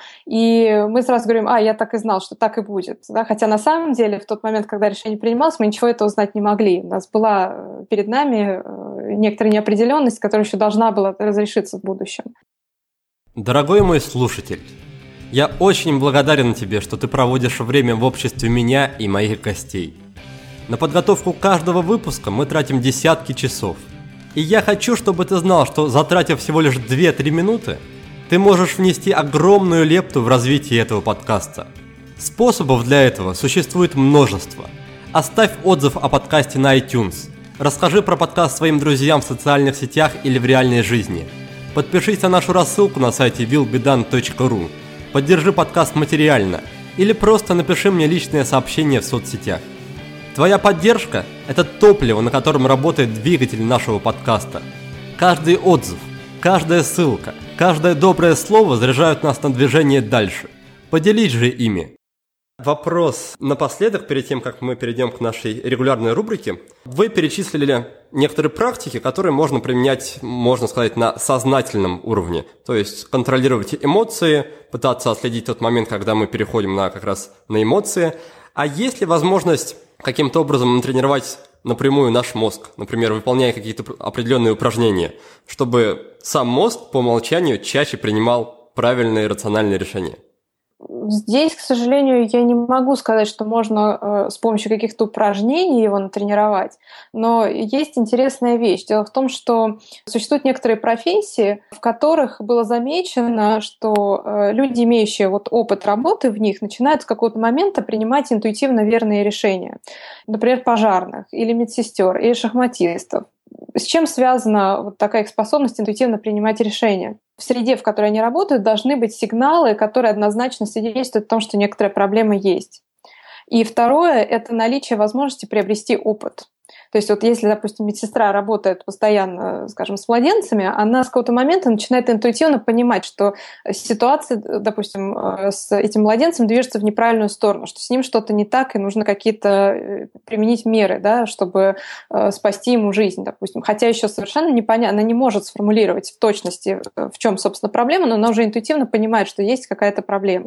и мы сразу говорим: «А, я так и знал, что так и будет». Да? Хотя на самом деле в тот момент, когда решение принималось, мы ничего этого знать не могли. У нас была перед нами некоторая неопределенность, которая еще должна была разрешиться в будущем. Дорогой мой слушатель, я очень благодарен тебе, что ты проводишь время в обществе меня и моих гостей. На подготовку каждого выпуска мы тратим десятки часов. И я хочу, чтобы ты знал, что, затратив всего лишь две-три минуты, ты можешь внести огромную лепту в развитие этого подкаста. Способов для этого существует множество. Оставь отзыв о подкасте на iTunes. Расскажи про подкаст своим друзьям в социальных сетях или в реальной жизни. Подпишись на нашу рассылку на сайте вил би дан точка ру. Поддержи подкаст материально. Или просто напиши мне личное сообщение в соцсетях. Твоя поддержка – это топливо, на котором работает двигатель нашего подкаста. Каждый отзыв, каждая ссылка, каждое доброе слово заряжают нас на движение дальше. Поделись же ими. Вопрос напоследок, перед тем, как мы перейдем к нашей регулярной рубрике. Вы перечислили некоторые практики, которые можно применять, можно сказать, на сознательном уровне. То есть контролировать эмоции, пытаться отследить тот момент, когда мы переходим на, как раз на эмоции. А есть ли возможность каким-то образом натренировать напрямую наш мозг, например, выполняя какие-то определенные упражнения, чтобы сам мозг по умолчанию чаще принимал правильные рациональные решения? Здесь, к сожалению, я не могу сказать, что можно э, с помощью каких-то упражнений его натренировать, но есть интересная вещь. Дело в том, что существуют некоторые профессии, в которых было замечено, что э, люди, имеющие вот опыт работы в них, начинают с какого-то момента принимать интуитивно верные решения. Например, пожарных, или медсестер, или шахматистов. С чем связана вот такая их способность интуитивно принимать решения? В среде, в которой они работают, должны быть сигналы, которые однозначно свидетельствуют о том, что некоторая проблема есть. И второе — это наличие возможности приобрести опыт. То есть вот если, допустим, медсестра работает постоянно, скажем, с младенцами, она с какого-то момента начинает интуитивно понимать, что ситуация, допустим, с этим младенцем движется в неправильную сторону, что с ним что-то не так, и нужно какие-то применить меры, да, чтобы спасти ему жизнь, допустим. Хотя еще совершенно непонятно, она не может сформулировать в точности, в чем, собственно, проблема, но она уже интуитивно понимает, что есть какая-то проблема.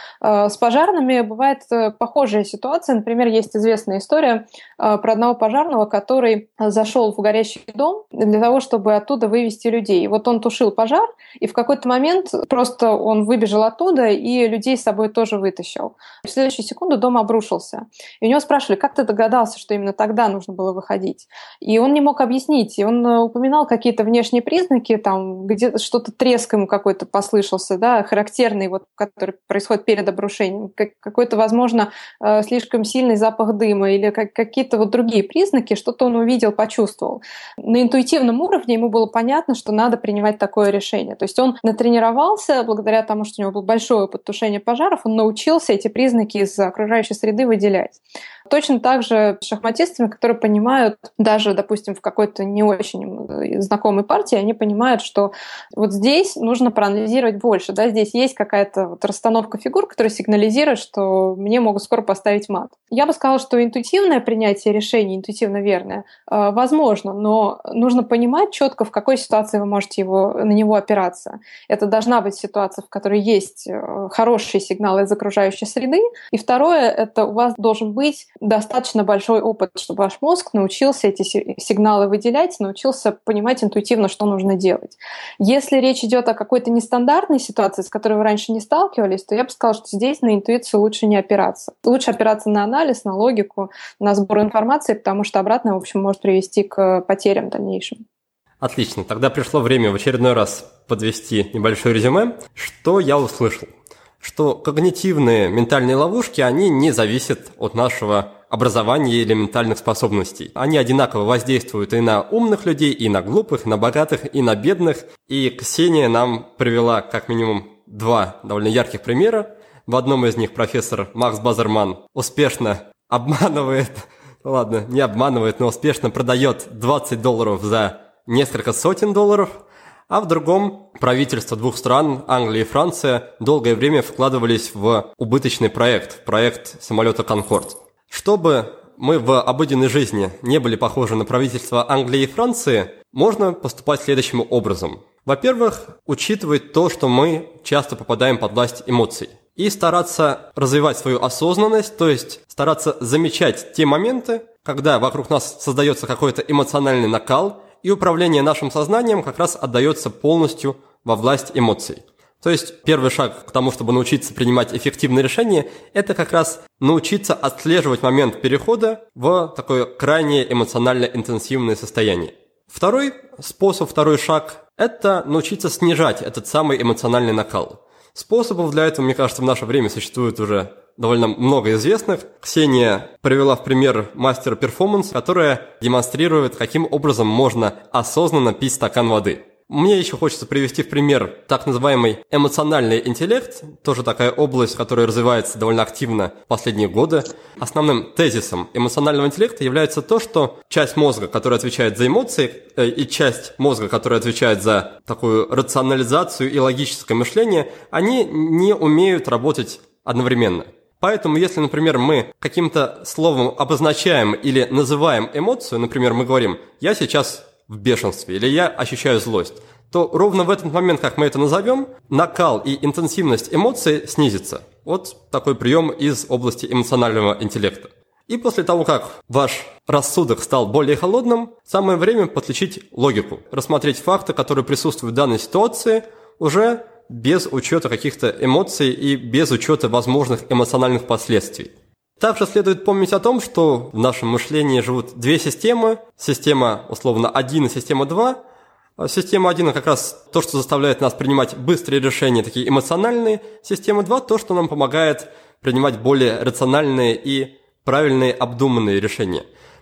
С пожарными бывает похожая ситуация. Например, есть известная история про одного пожарного, который зашел в горящий дом для того, чтобы оттуда вывести людей. И вот он тушил пожар, и в какой-то момент просто он выбежал оттуда и людей с собой тоже вытащил. В следующую секунду дом обрушился. И у него спрашивали, как ты догадался, что именно тогда нужно было выходить? И он не мог объяснить. И он упоминал какие-то внешние признаки, там где-то что-то треск ему какой-то послышался, да, характерный, вот, который происходит перед обрушением. Какой-то, возможно, слишком сильный запах дыма или какие-то вот другие признаки, что-то он увидел, почувствовал. На интуитивном уровне ему было понятно, что надо принимать такое решение. То есть он натренировался, благодаря тому, что у него был большой опыт тушения пожаров, он научился эти признаки из окружающей среды выделять. Точно так же с шахматистами, которые понимают, даже, допустим, в какой-то не очень знакомой партии, они понимают, что вот здесь нужно проанализировать больше. Да? Здесь есть какая-то вот расстановка фигур, которая сигнализирует, что мне могут скоро поставить мат. Я бы сказала, что интуитивное принятие решений, интуитивно верное, возможно, но нужно понимать четко, в какой ситуации вы можете его, на него опираться. Это должна быть ситуация, в которой есть хорошие сигналы из окружающей среды. И второе, это у вас должен быть достаточно большой опыт, чтобы ваш мозг научился эти сигналы выделять, научился понимать интуитивно, что нужно делать. Если речь идет о какой-то нестандартной ситуации, с которой вы раньше не сталкивались, то я бы сказала, что здесь на интуицию лучше не опираться. Лучше опираться на анализ, на логику, на сбор информации, потому что обратно, в общем, может привести к потерям дальнейшим. Отлично. Тогда пришло время в очередной раз подвести небольшое резюме. Что я услышал? Что когнитивные ментальные ловушки, они не зависят от нашего образования или ментальных способностей. Они одинаково воздействуют и на умных людей, и на глупых, и на богатых, и на бедных. И Ксения нам привела как минимум два довольно ярких примера. В одном из них профессор Макс Базерман успешно обманывает, ладно, не обманывает, но успешно продает двадцать долларов за несколько сотен долларов. А в другом правительства двух стран, Англия и Франция, долгое время вкладывались в убыточный проект, в проект самолета «Конкорд». Чтобы мы в обыденной жизни не были похожи на правительства Англии и Франции, можно поступать следующим образом. Во-первых, учитывать то, что мы часто попадаем под власть эмоций. И стараться развивать свою осознанность, то есть стараться замечать те моменты, когда вокруг нас создается какой-то эмоциональный накал, и управление нашим сознанием как раз отдается полностью во власть эмоций. То есть первый шаг к тому, чтобы научиться принимать эффективные решения, это как раз научиться отслеживать момент перехода в такое крайне эмоционально интенсивное состояние. Второй способ, второй шаг – это научиться снижать этот самый эмоциональный накал. Способов для этого, мне кажется, в наше время существует уже довольно много известных. Ксения привела в пример мастера перформанс, которая демонстрирует, каким образом можно осознанно пить стакан воды. Мне еще хочется привести в пример так называемый эмоциональный интеллект, тоже такая область, которая развивается довольно активно в последние годы. Основным тезисом эмоционального интеллекта является то, что часть мозга, которая отвечает за эмоции, и часть мозга, которая отвечает за такую рационализацию и логическое мышление, они не умеют работать одновременно. Поэтому, если, например, мы каким-то словом обозначаем или называем эмоцию, например, мы говорим «я сейчас в бешенстве» или «я ощущаю злость», то ровно в этот момент, как мы это назовем, накал и интенсивность эмоций снизится. Вот такой прием из области эмоционального интеллекта. И после того, как ваш рассудок стал более холодным, самое время подключить логику, рассмотреть факты, которые присутствуют в данной ситуации, уже без учета каких-то эмоций и без учета возможных эмоциональных последствий. Также следует помнить о том, что в нашем мышлении живут две системы. Система, условно, один и система два. Система один как раз то, что заставляет нас принимать быстрые решения, такие эмоциональные. Система два то, что нам помогает принимать более рациональные и правильные обдуманные решения.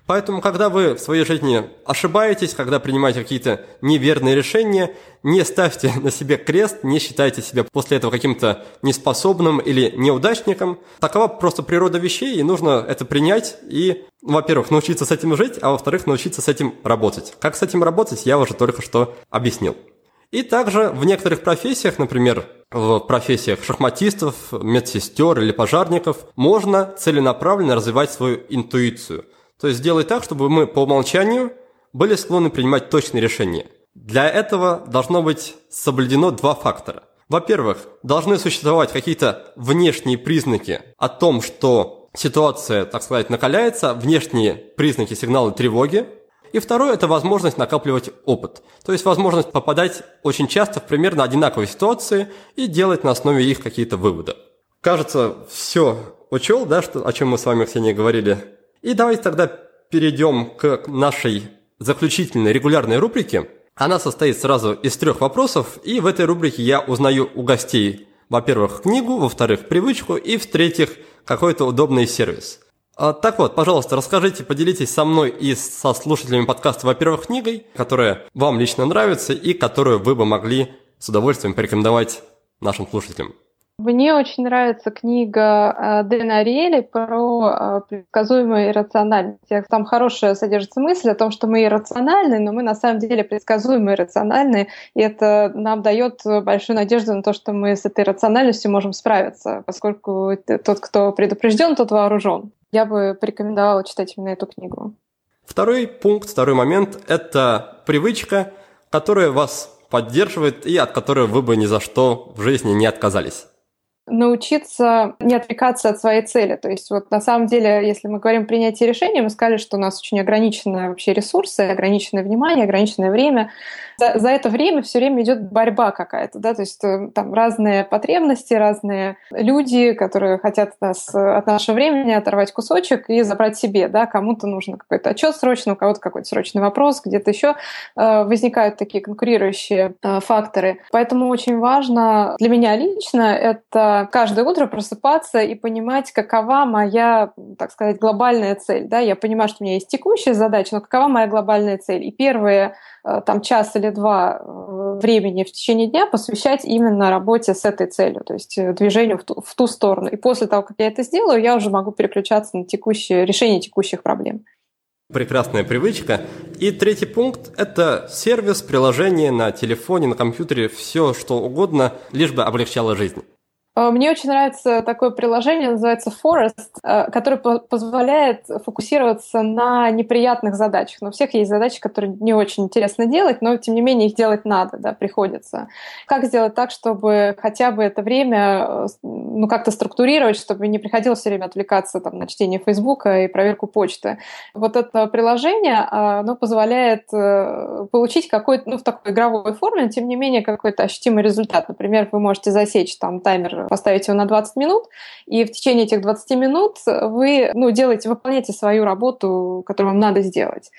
Поэтому, когда вы в своей жизни ошибаетесь, когда принимаете какие-то неверные решения, не ставьте на себе крест, не считайте себя после этого каким-то неспособным или неудачником. Такова просто природа вещей, и нужно это принять и, во-первых, научиться с этим жить, а во-вторых, научиться с этим работать. Как с этим работать, я уже только что объяснил. И также в некоторых профессиях, например, в профессиях шахматистов, медсестер или пожарников, можно целенаправленно развивать свою интуицию. То есть сделать так, чтобы мы по умолчанию были склонны принимать точные решения. Для этого должно быть соблюдено два фактора. Во-первых, должны существовать какие-то внешние признаки о том, что ситуация, так сказать, накаляется, внешние признаки, сигналы тревоги. И второе – это возможность накапливать опыт. То есть возможность попадать очень часто в примерно одинаковые ситуации и делать на основе их какие-то выводы. Кажется, все учел, да, что, о чем мы с вами, Ксения, говорили. И давайте тогда перейдем к нашей заключительной регулярной рубрике. Она состоит сразу из трех вопросов, и в этой рубрике я узнаю у гостей, во-первых, книгу, во-вторых, привычку, и в-третьих, какой-то удобный сервис. Так вот, пожалуйста, расскажите, поделитесь со мной и со слушателями подкаста, во-первых, книгой, которая вам лично нравится и которую вы бы могли с удовольствием порекомендовать нашим слушателям. Мне очень нравится книга Дэна Ариэля про предсказуемую иррациональность. Там хорошая содержится мысль о том, что мы иррациональны, но мы на самом деле предсказуемые, иррациональны, и это нам дает большую надежду на то, что мы с этой рациональностью можем справиться, поскольку тот, кто предупрежден, тот вооружен. Я бы порекомендовала читать именно эту книгу. Второй пункт, второй момент – это привычка, которая вас поддерживает и от которой вы бы ни за что в жизни не отказались. Научиться не отвлекаться от своей цели. То есть вот на самом деле, если мы говорим о принятии решения, мы сказали, что у нас очень ограниченные вообще ресурсы, ограниченное внимание, ограниченное время. За, за это время все время идет борьба какая-то, да, то есть там разные потребности, разные люди, которые хотят нас, от нашего времени оторвать кусочек и забрать себе, да, кому-то нужно какой-то отчет срочно, у кого-то какой-то срочный вопрос, где-то еще э, возникают такие конкурирующие э, факторы. Поэтому очень важно для меня лично это каждое утро просыпаться и понимать, какова моя, так сказать, глобальная цель, да, я понимаю, что у меня есть текущая задача, но какова моя глобальная цель, и первые там час или два времени в течение дня посвящать именно работе с этой целью, то есть движению в ту, в ту сторону. И после того, как я это сделаю, я уже могу переключаться на текущее, решение текущих проблем. Прекрасная привычка. И третий пункт – это сервис, приложение на телефоне, на компьютере, все что угодно, лишь бы облегчало жизнь. Мне очень нравится такое приложение, называется Forest, которое позволяет фокусироваться на неприятных задачах. Но у всех есть задачи, которые не очень интересно делать, но тем не менее их делать надо, да, приходится. Как сделать так, чтобы хотя бы это время ну, как-то структурировать, чтобы не приходилось все время отвлекаться там, на чтение Фейсбука и проверку почты. Вот это приложение, оно позволяет получить какой-то, ну, в такой игровой форме, но тем не менее какой-то ощутимый результат. Например, вы можете засечь там таймер, поставить его на двадцать минут, и в течение этих двадцати минут вы ну, делаете, выполняете свою работу, которую вам надо сделать.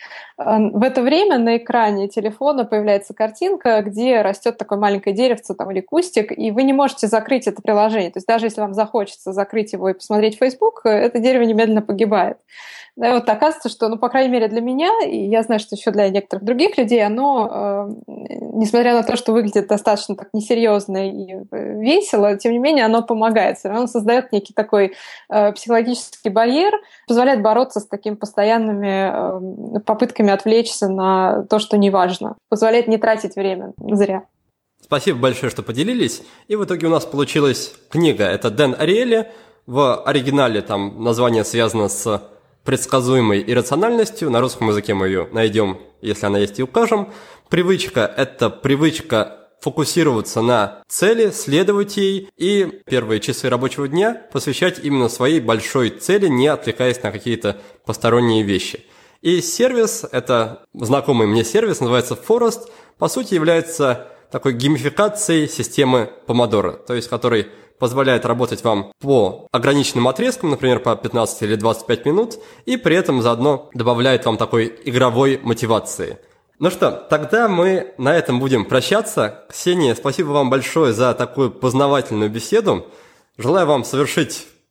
В это время на экране телефона появляется картинка, где растет такое маленькое деревце там, или кустик, и вы не можете закрыть это приложение. То есть даже если вам захочется закрыть его и посмотреть Facebook, это дерево немедленно погибает. Да, вот оказывается, что, ну, по крайней мере, для меня, и я знаю, что еще для некоторых других людей, оно, э, несмотря на то, что выглядит достаточно так несерьезно и весело, тем не менее, оно помогает. Оно создает некий такой э, психологический барьер, позволяет бороться с такими постоянными э, попытками отвлечься на то, что не важно, позволяет не тратить время зря. Спасибо большое, что поделились. И в итоге у нас получилась книга. Это Дэн Ариэля. В оригинале там название связано с предсказуемой иррациональностью. На русском языке мы ее найдем, если она есть, и укажем. Привычка – это привычка фокусироваться на цели, следовать ей и первые часы рабочего дня посвящать именно своей большой цели, не отвлекаясь на какие-то посторонние вещи. И сервис – это знакомый мне сервис, называется Forest, по сути является такой геймификацией системы Помодоро, то есть который позволяет работать вам по ограниченным отрезкам, например, по пятнадцать или двадцать пять минут, и при этом заодно добавляет вам такой игровой мотивации. Ну что, тогда мы на этом будем прощаться. Ксения, спасибо вам большое за такую познавательную беседу. Желаю вам совершить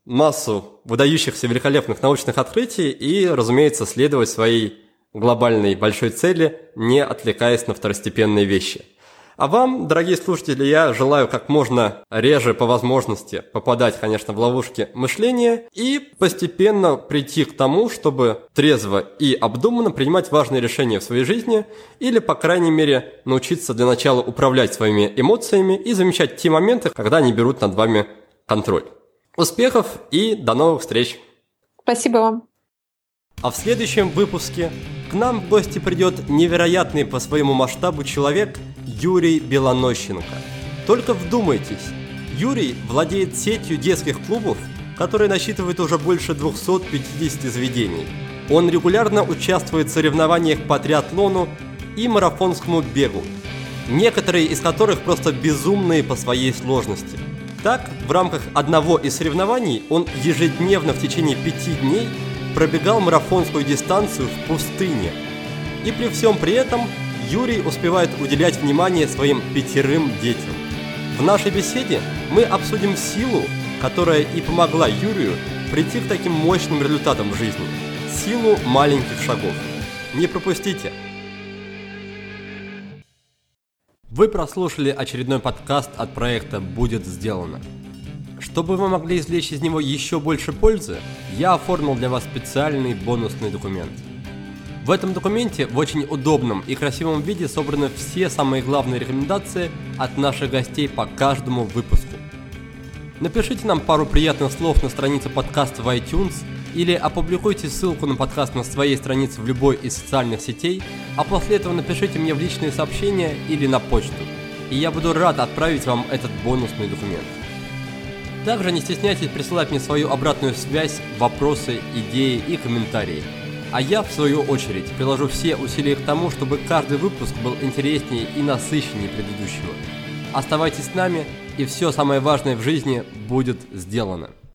массу выдающихся великолепных научных открытий и, разумеется, следовать своей глобальной большой цели, не отвлекаясь на второстепенные вещи. А вам, дорогие слушатели, я желаю как можно реже по возможности попадать, конечно, в ловушки мышления и постепенно прийти к тому, чтобы трезво и обдуманно принимать важные решения в своей жизни или, по крайней мере, научиться для начала управлять своими эмоциями и замечать те моменты, когда они берут над вами контроль. Успехов и до новых встреч! Спасибо вам! А в следующем выпуске к нам в гости придет невероятный по своему масштабу человек Юрий Белонощенко. Только вдумайтесь, Юрий владеет сетью детских клубов, которая насчитывает уже больше двухсот пятидесяти заведений. Он регулярно участвует в соревнованиях по триатлону и марафонскому бегу, некоторые из которых просто безумные по своей сложности. Так, в рамках одного из соревнований он ежедневно в течение пяти дней пробегал марафонскую дистанцию в пустыне. И при всем при этом Юрий успевает уделять внимание своим пятерым детям. В нашей беседе мы обсудим силу, которая и помогла Юрию прийти к таким мощным результатам в жизни. Силу маленьких шагов. Не пропустите! Вы прослушали очередной подкаст от проекта «Будет сделано». Чтобы вы могли извлечь из него еще больше пользы, я оформил для вас специальный бонусный документ. В этом документе в очень удобном и красивом виде собраны все самые главные рекомендации от наших гостей по каждому выпуску. Напишите нам пару приятных слов на странице подкаста в iTunes или опубликуйте ссылку на подкаст на своей странице в любой из социальных сетей, а после этого напишите мне в личные сообщения или на почту, и я буду рад отправить вам этот бонусный документ. Также не стесняйтесь присылать мне свою обратную связь, вопросы, идеи и комментарии. А я, в свою очередь, приложу все усилия к тому, чтобы каждый выпуск был интереснее и насыщеннее предыдущего. Оставайтесь с нами, и все самое важное в жизни будет сделано.